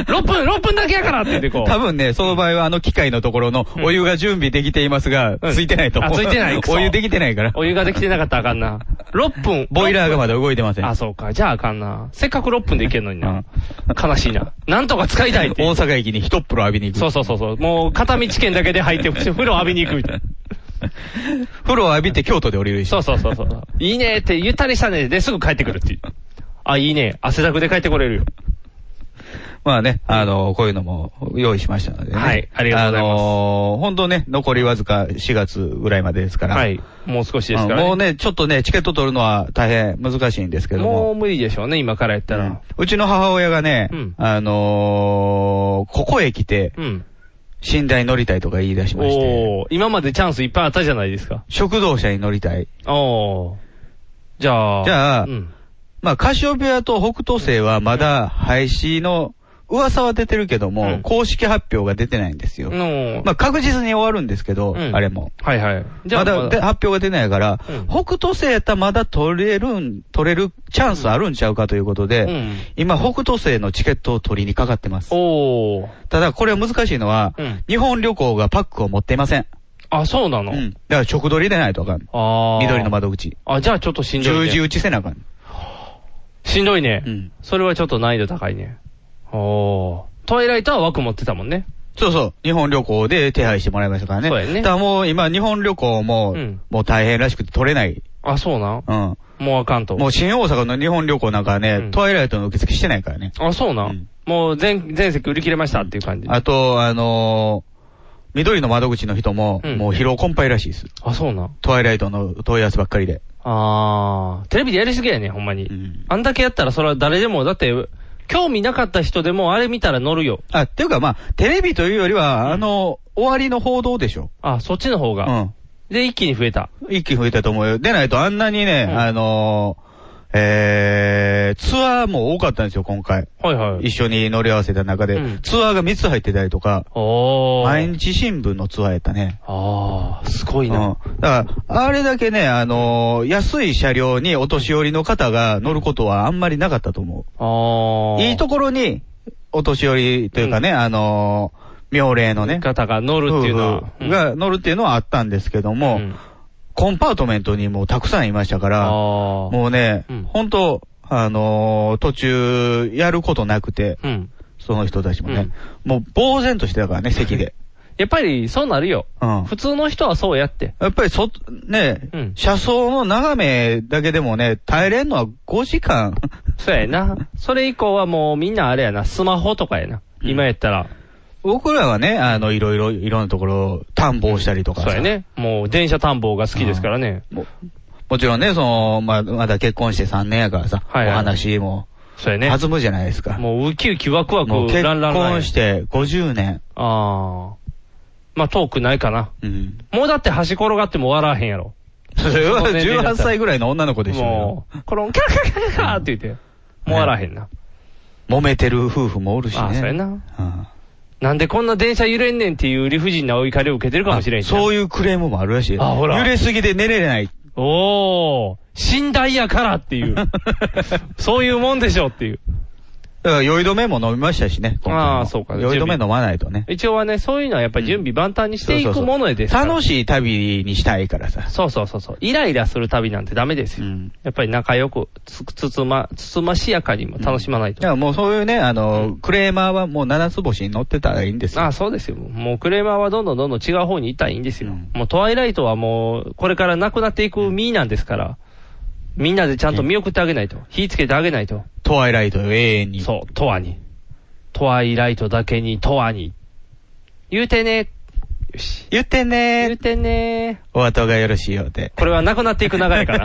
[SPEAKER 8] 。6分だけやからって言ってこう。
[SPEAKER 4] 多分ね、その場合は機械のところのお湯が準備できていますが、ついてないと思う。
[SPEAKER 8] ついてない。
[SPEAKER 4] お湯できてないから。
[SPEAKER 8] お湯ができてなかったらあかんな。6分。
[SPEAKER 4] ボイラーがまだ動いてません。
[SPEAKER 8] あ、そうか。じゃああかんな。せっかく6分で行けんのにな。悲しいな。なんとか使いたいって。
[SPEAKER 4] 大阪駅に一風呂浴びに行く。
[SPEAKER 8] そう。もう片道券だけで入って風呂浴びに行くみたいな。
[SPEAKER 4] 風呂浴びて京都で降りるし。
[SPEAKER 8] そう。いいねってゆったりしたね。で、すぐ帰ってくるっていう。あ、いいね。汗だくで帰ってこれるよ。
[SPEAKER 4] まあね、こういうのも用意しましたのでね。
[SPEAKER 8] はい、ありがとうございます。
[SPEAKER 4] 本当ね、残りわずか4月ぐらいまでですから。
[SPEAKER 8] はい、もう少しですからね。
[SPEAKER 4] もうね、ちょっとね、チケット取るのは大変難しいんですけども。
[SPEAKER 8] もう無理でしょうね、今からやったら。
[SPEAKER 4] うちの母親がね、ここへ来て、寝台乗りたいとか言い出しまして。
[SPEAKER 8] 今までチャンスいっぱいあったじゃないですか。
[SPEAKER 4] 食堂車に乗りたい。
[SPEAKER 8] じゃあ、
[SPEAKER 4] まあ、カシオペアと北斗星はまだ廃止の噂は出てるけども、公式発表が出てないんですよ。まあ、確実に終わるんですけど、あれも。
[SPEAKER 8] はい。
[SPEAKER 4] じゃあまだ発表が出ないから、北斗星やったらまだ取れるチャンスあるんちゃうかということで、今北斗星のチケットを取りにかかってます。ただこれは難しいのは、日本旅行がパックを持っていません。
[SPEAKER 8] あ、そうなの？
[SPEAKER 4] だから直取りでないとあかん。緑の窓口。
[SPEAKER 8] じゃあちょっとしんどいね。
[SPEAKER 4] 十字打ちせなあかん。
[SPEAKER 8] しんどいね。それはちょっと難易度高いね。トワイライトは枠持ってたもんね。
[SPEAKER 4] そう。日本旅行で手配してもらいましたからね。
[SPEAKER 8] そうやね。
[SPEAKER 4] だからもう今日本旅行も、もう大変らしくて取れない。
[SPEAKER 8] あ、そうなん？もうあかんと。
[SPEAKER 4] もう新大阪の日本旅行なんかはね、トワイライトの受付してないからね。
[SPEAKER 8] あ、そうなん？もう全席売り切れましたっていう感じ。
[SPEAKER 4] あと、緑の窓口の人も、もう疲労困憊らしいです。
[SPEAKER 8] あ、そうなん？
[SPEAKER 4] トワイライトの問い合わせばっかりで。
[SPEAKER 8] テレビでやりすぎやね、ほんまに。あんだけやったらそれは誰でも、だって、興味なかった人でもあれ見たら乗るよ。
[SPEAKER 4] っていうかまあ、テレビというよりは、終わりの報道でしょ。
[SPEAKER 8] そっちの方が。で、一気に増えた。
[SPEAKER 4] 一気に増えたと思うよ。でないとあんなにね、ツアーも多かったんですよ、今回。一緒に乗り合わせた中で。ツアーが3つ入ってたりとか。毎日新聞のツアーやったね。
[SPEAKER 8] すごいな。
[SPEAKER 4] だから、あれだけね、安い車両にお年寄りの方が乗ることはあんまりなかったと思う。いいところに、お年寄りというかね、妙齢のね。
[SPEAKER 8] 方が乗るっていうのは。
[SPEAKER 4] が乗るっていうのはあったんですけども、コンパートメントにもたくさんいましたから、もうね、本当途中やることなくて、その人たちもね、もう呆然としてたからね、席で。
[SPEAKER 8] やっぱりそうなるよ。普通の人はそうやって。
[SPEAKER 4] やっぱり車窓の眺めだけでもね、耐えれんのは5時間。
[SPEAKER 8] そうやな。それ以降はもうみんなあれやな、スマホとかやな。今やったら。
[SPEAKER 4] 僕らはね、いろんなところ、探訪したりとか。
[SPEAKER 8] そうやね。もう電車探訪が好きですからね。
[SPEAKER 4] もちろんね、まだ結婚して3年やからさ、お話も、
[SPEAKER 8] そうやね。
[SPEAKER 4] 弾むじゃないですか。
[SPEAKER 8] もうウキウキワクワク、
[SPEAKER 4] 結婚して50年。
[SPEAKER 8] まあ遠くないかな。もうだって端転がっても笑わへんやろ。
[SPEAKER 4] それは18歳ぐらいの女の子でしょ。
[SPEAKER 8] もう、コロンキャラキャラキャラキャラって言って、もう笑わへんな。
[SPEAKER 4] 揉めてる夫婦もおるしね。
[SPEAKER 8] そうやな。なんでこんな電車揺れんねんっていう理不尽なお怒りを受けてるかもしれんし。
[SPEAKER 4] そういうクレームもあるらしい。揺れすぎで寝れない。
[SPEAKER 8] 寝台やからっていう。そういうもんでしょっていう。
[SPEAKER 4] だから酔い止めも飲みましたしね。
[SPEAKER 8] そうか。
[SPEAKER 4] 酔い止め飲まないとね。
[SPEAKER 8] 一応はね、そういうのはやっぱり準備万端にしていくものですから。
[SPEAKER 4] 楽しい旅にしたいからさ。
[SPEAKER 8] そう。イライラする旅なんてダメですよ。やっぱり仲良く、つつましやかにも楽しまないと。
[SPEAKER 4] いや、もうそういうね、クレーマーはもう7つ星に乗ってたらいいんですよ。
[SPEAKER 8] そうですよ。もうクレーマーはどんどん違う方に行ったらいいんですよ。もうトワイライトはもう、これからなくなっていく身なんですから。みんなでちゃんと見送ってあげないと。火つけてあげないと。
[SPEAKER 4] トワイライトよ、永遠に。
[SPEAKER 8] そう、トワに。トワイライトだけにトワに。言うてね。よし。
[SPEAKER 4] 言ってね。
[SPEAKER 8] 言うてね。
[SPEAKER 4] お後がよろしいようで。
[SPEAKER 8] これはなくなっていく流れかな。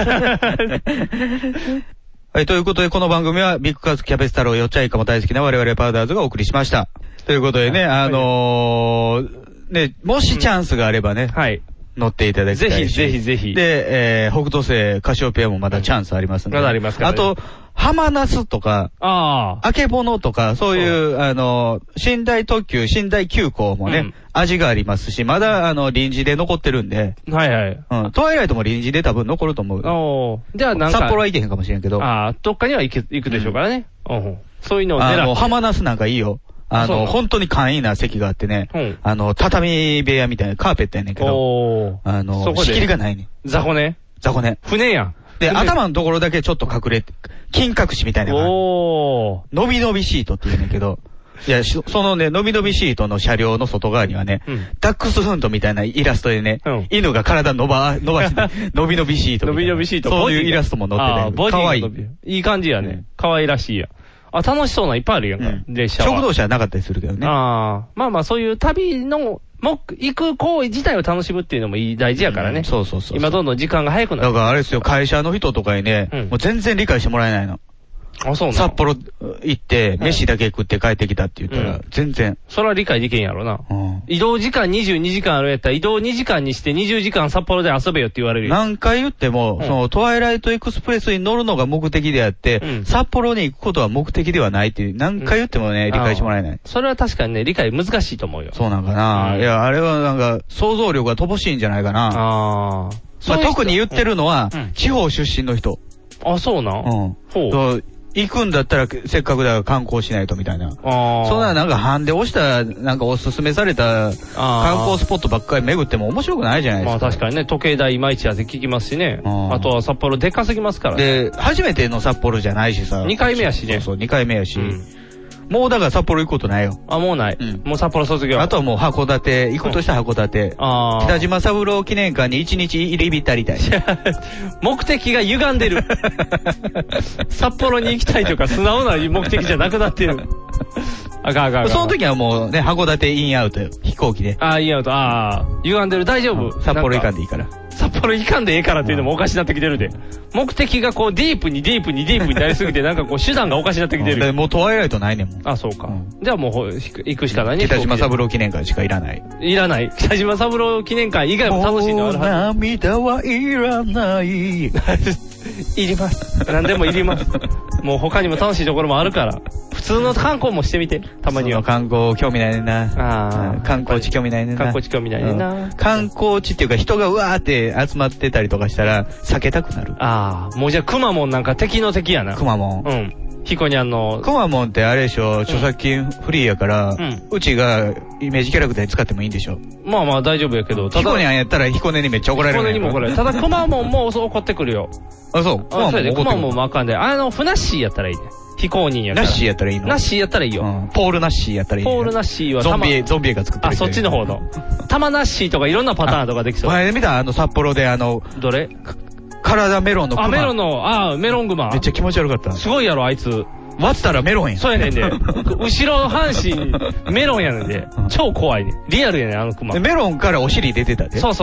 [SPEAKER 4] はい、ということでこの番組はビッグカツキャベツ太郎よっちゃいかも大好きな我々パウダーズがお送りしました。ということでね、ね、もしチャンスがあればね。
[SPEAKER 8] はい。
[SPEAKER 4] 乗っていただきたいし。
[SPEAKER 8] ぜひ。
[SPEAKER 4] で、北斗星、カシオペアもまだチャンスありますんで。
[SPEAKER 8] まだありますから、
[SPEAKER 4] あと、 浜那須とか、あけぼのとか、そういう、寝台特急、寝台急行もね、味がありますし、まだ、臨時で残ってるんで。
[SPEAKER 8] はいはい。
[SPEAKER 4] トワイライトも臨時で多分残ると思う。
[SPEAKER 8] じゃあなんか。
[SPEAKER 4] 札幌は行けへんかもしれんけど。
[SPEAKER 8] どっかには行くでしょうからね。そういうのを狙って。
[SPEAKER 4] 浜那須なんかいいよ。本当に簡易な席があってね、畳部屋みたいなカーペットやねんけど、仕切りがないね。
[SPEAKER 8] 雑魚ね。
[SPEAKER 4] 雑魚ね。
[SPEAKER 8] 船やん。
[SPEAKER 4] で、頭のところだけちょっと隠れて、金隠しみたいなのが。伸び伸びシートって言うねんけど、いや、そのね、伸び伸びシートの車両の外側にはね、ダックスフントみたいなイラストでね、犬が体伸ばして、伸び伸びシート。
[SPEAKER 8] 伸び伸びシート。
[SPEAKER 4] そういうイラストも載ってて、かわいい。
[SPEAKER 8] いい感じやね。かわいらしいや。楽しそうないっぱいあるやんか、列車は。
[SPEAKER 4] 食堂車はなかったりするけどね。
[SPEAKER 8] まあそういう旅の、行く行為自体を楽しむっていうのも大事やからね。
[SPEAKER 4] そう。
[SPEAKER 8] 今どんどん時間が早くなる。
[SPEAKER 4] だからあれですよ、会社の人とかにね、もう全然理解してもらえないの。
[SPEAKER 8] そうなの？
[SPEAKER 4] 札幌行って、飯だけ食って帰ってきたって言ったら、全然。
[SPEAKER 8] それは理解できんやろな。移動時間22時間あるやったら、移動2時間にして20時間札幌で遊べよって言われるよ。
[SPEAKER 4] 何回言っても、そのトワイライトエクスプレスに乗るのが目的であって、札幌に行くことは目的ではないっていう、何回言ってもね、理解してもらえない。
[SPEAKER 8] それは確かにね、理解難しいと思うよ。
[SPEAKER 4] そうなんかな。いや、あれはなんか、想像力が乏しいんじゃないかな。特に言ってるのは、地方出身の人。
[SPEAKER 8] そうなん？
[SPEAKER 4] 行くんだったらせっかくだから観光しないとみたいな。そんななんかハンデ押したなんかおすすめされた観光スポットばっかり巡っても面白くないじゃないですか。
[SPEAKER 8] 確かにね、時計台いまいちやって聞きますしね。あとは札幌でかすぎますから
[SPEAKER 4] ね。で、初めての札幌じゃないしさ。
[SPEAKER 8] 2回目やしね。
[SPEAKER 4] そう、2回目やし。もうだから札幌行くことないよ。
[SPEAKER 8] もうない。もう札幌卒業。
[SPEAKER 4] あとはもう函館、行くとしたら函館。北島三郎記念館に1日入り浸りたい。
[SPEAKER 8] 目的が歪んでる。札幌に行きたいとか素直な目的じゃなくなってる。あかん。
[SPEAKER 4] その時はもうね、函館インアウトよ。飛行機で。
[SPEAKER 8] インアウト。歪んでる。大丈夫。
[SPEAKER 4] 札幌行かんでいいから。
[SPEAKER 8] 札幌行かんでええからっていうのもおかしになってきてるで。目的がこうディープになりすぎてなんかこう手段がおかしになってきてる。
[SPEAKER 4] もうトワイライトないねんもん。
[SPEAKER 8] そうか。じゃあもう行くしかないね。
[SPEAKER 4] 北島三郎記念館しかいらない。
[SPEAKER 8] いらない。北島三郎記念館以外も楽しいのあるはず。
[SPEAKER 4] 涙はいらない。
[SPEAKER 8] いります。何でもいります。もう他にも楽しいところもあるから。普通の観光もしてみて、たまには。
[SPEAKER 4] 観光興味ないねんな。観光地興味ないねんな。
[SPEAKER 8] 観光地興味ないねんな。
[SPEAKER 4] 観光地っていうか人がうわーって集まってたりとかしたら避けたくなる。
[SPEAKER 8] もうじゃあくまモンなんか敵の敵やな。
[SPEAKER 4] くまモン。
[SPEAKER 8] ヒコニャンの。
[SPEAKER 4] くまモンってあれでしょ、著作権フリーやから、うちがイメージキャラクターに使ってもいいんでしょ。
[SPEAKER 8] まあ大丈夫やけど。
[SPEAKER 4] ヒコニャンやったらヒコネにめっちゃ怒られる。
[SPEAKER 8] ヒコネにも怒られる。ただくまモンも怒ってくるよ。
[SPEAKER 4] そう。くまモンも怒ってくる。
[SPEAKER 8] くまモンもあかんで。フナッシーやったらいいね。非公認やから。
[SPEAKER 4] ナッシーやったらいいの？
[SPEAKER 8] ナッシーやったらいいよ。
[SPEAKER 4] ポールナッシーやったらいい。
[SPEAKER 8] ポールナッシーは
[SPEAKER 4] ゾンビ映が作ってる。
[SPEAKER 8] そっちの方の。玉ナッシーとかいろんなパターンとかできそう。
[SPEAKER 4] 前見た札幌で
[SPEAKER 8] どれ？
[SPEAKER 4] 体メロンのクマ。
[SPEAKER 8] メロンの、メロングマ。
[SPEAKER 4] めっちゃ気持ち悪かった。
[SPEAKER 8] すごいやろ、あいつ。
[SPEAKER 4] 割ったらメロンやん。
[SPEAKER 8] そうやねんで。後ろ半身、メロンやねんで。超怖いね。リアルやねん、あのクマ。
[SPEAKER 4] メロンからお尻出てたで。
[SPEAKER 8] そう。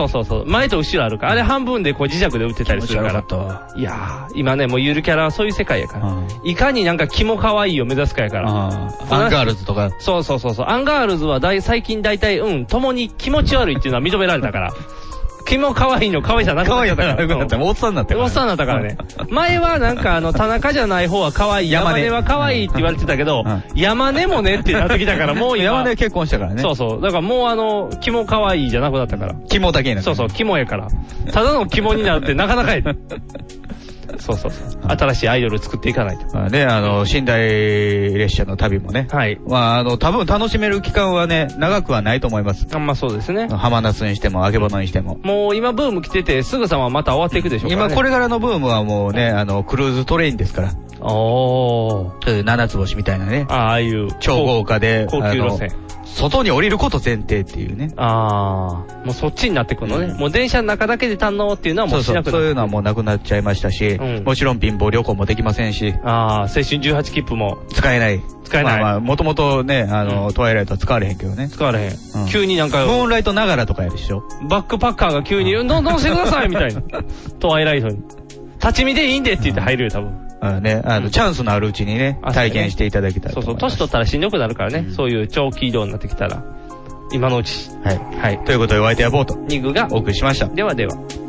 [SPEAKER 8] 前と後ろあるから。あれ半分でこう磁石で売ってたりするから。
[SPEAKER 4] 気持ち悪かった。
[SPEAKER 8] いやー、今ね、もうゆるキャラはそういう世界やから。いかになんかキモ可愛いを目指すかやから。
[SPEAKER 4] アンガールズとか。
[SPEAKER 8] そう。アンガールズは最近大体、共に気持ち悪いっていうのは認められたから。キモ可愛いの可愛さなくなったから。
[SPEAKER 4] おっさんになったから。
[SPEAKER 8] おっさんになったからね。前はなんか田中じゃない方は可愛い。山根は可愛いって言われてたけど、山根もねってなってきたからもう
[SPEAKER 4] 山根結婚したからね。
[SPEAKER 8] そう。だからもうキモ可愛いじゃなくなったから。
[SPEAKER 4] キモだけになった。
[SPEAKER 8] そう、キモやから。ただのキモになるってなかなかや。そう。新しいアイドル作っていかないと。
[SPEAKER 4] ね、寝台列車の旅もね。
[SPEAKER 8] はい。
[SPEAKER 4] 多分楽しめる期間はね、長くはないと思います。
[SPEAKER 8] そうですね。
[SPEAKER 4] 浜那須にしても、あけぼのにしても。
[SPEAKER 8] もう今ブーム来てて、すぐさままた終わっていくでしょうからね。
[SPEAKER 4] 今これからのブームはもうね、クルーズトレインですから。七つ星みたいなね。
[SPEAKER 8] ああいう。
[SPEAKER 4] 超豪華で。
[SPEAKER 8] 高級路線。
[SPEAKER 4] 外に降りること前提っていうね。
[SPEAKER 8] もうそっちになってくるのね。もう電車の中だけで堪能っていうのはもうしなくなる。
[SPEAKER 4] そういうのはもうなくなっちゃいましたし、もちろん貧乏旅行もできませんし。
[SPEAKER 8] 青春18切符も。
[SPEAKER 4] 使えない。もともとね、トワイライトは使われへんけどね。
[SPEAKER 8] 使われへん。急になんか。
[SPEAKER 4] ムーンライトながらとかやるでしょ。
[SPEAKER 8] バックパッカーが急に、どんどんしてくださいみたいな。トワイライトに。立ち見でいいんでって言って入るよ、多分。
[SPEAKER 4] チャンスのあるうちにね、体験していただきたい。
[SPEAKER 8] そう、年取ったらしんどくなるからね。そういう長期移動になってきたら。今のうち。
[SPEAKER 4] はい。ということで、お相手はボート。
[SPEAKER 8] ニグが
[SPEAKER 4] お送りしました。
[SPEAKER 8] では。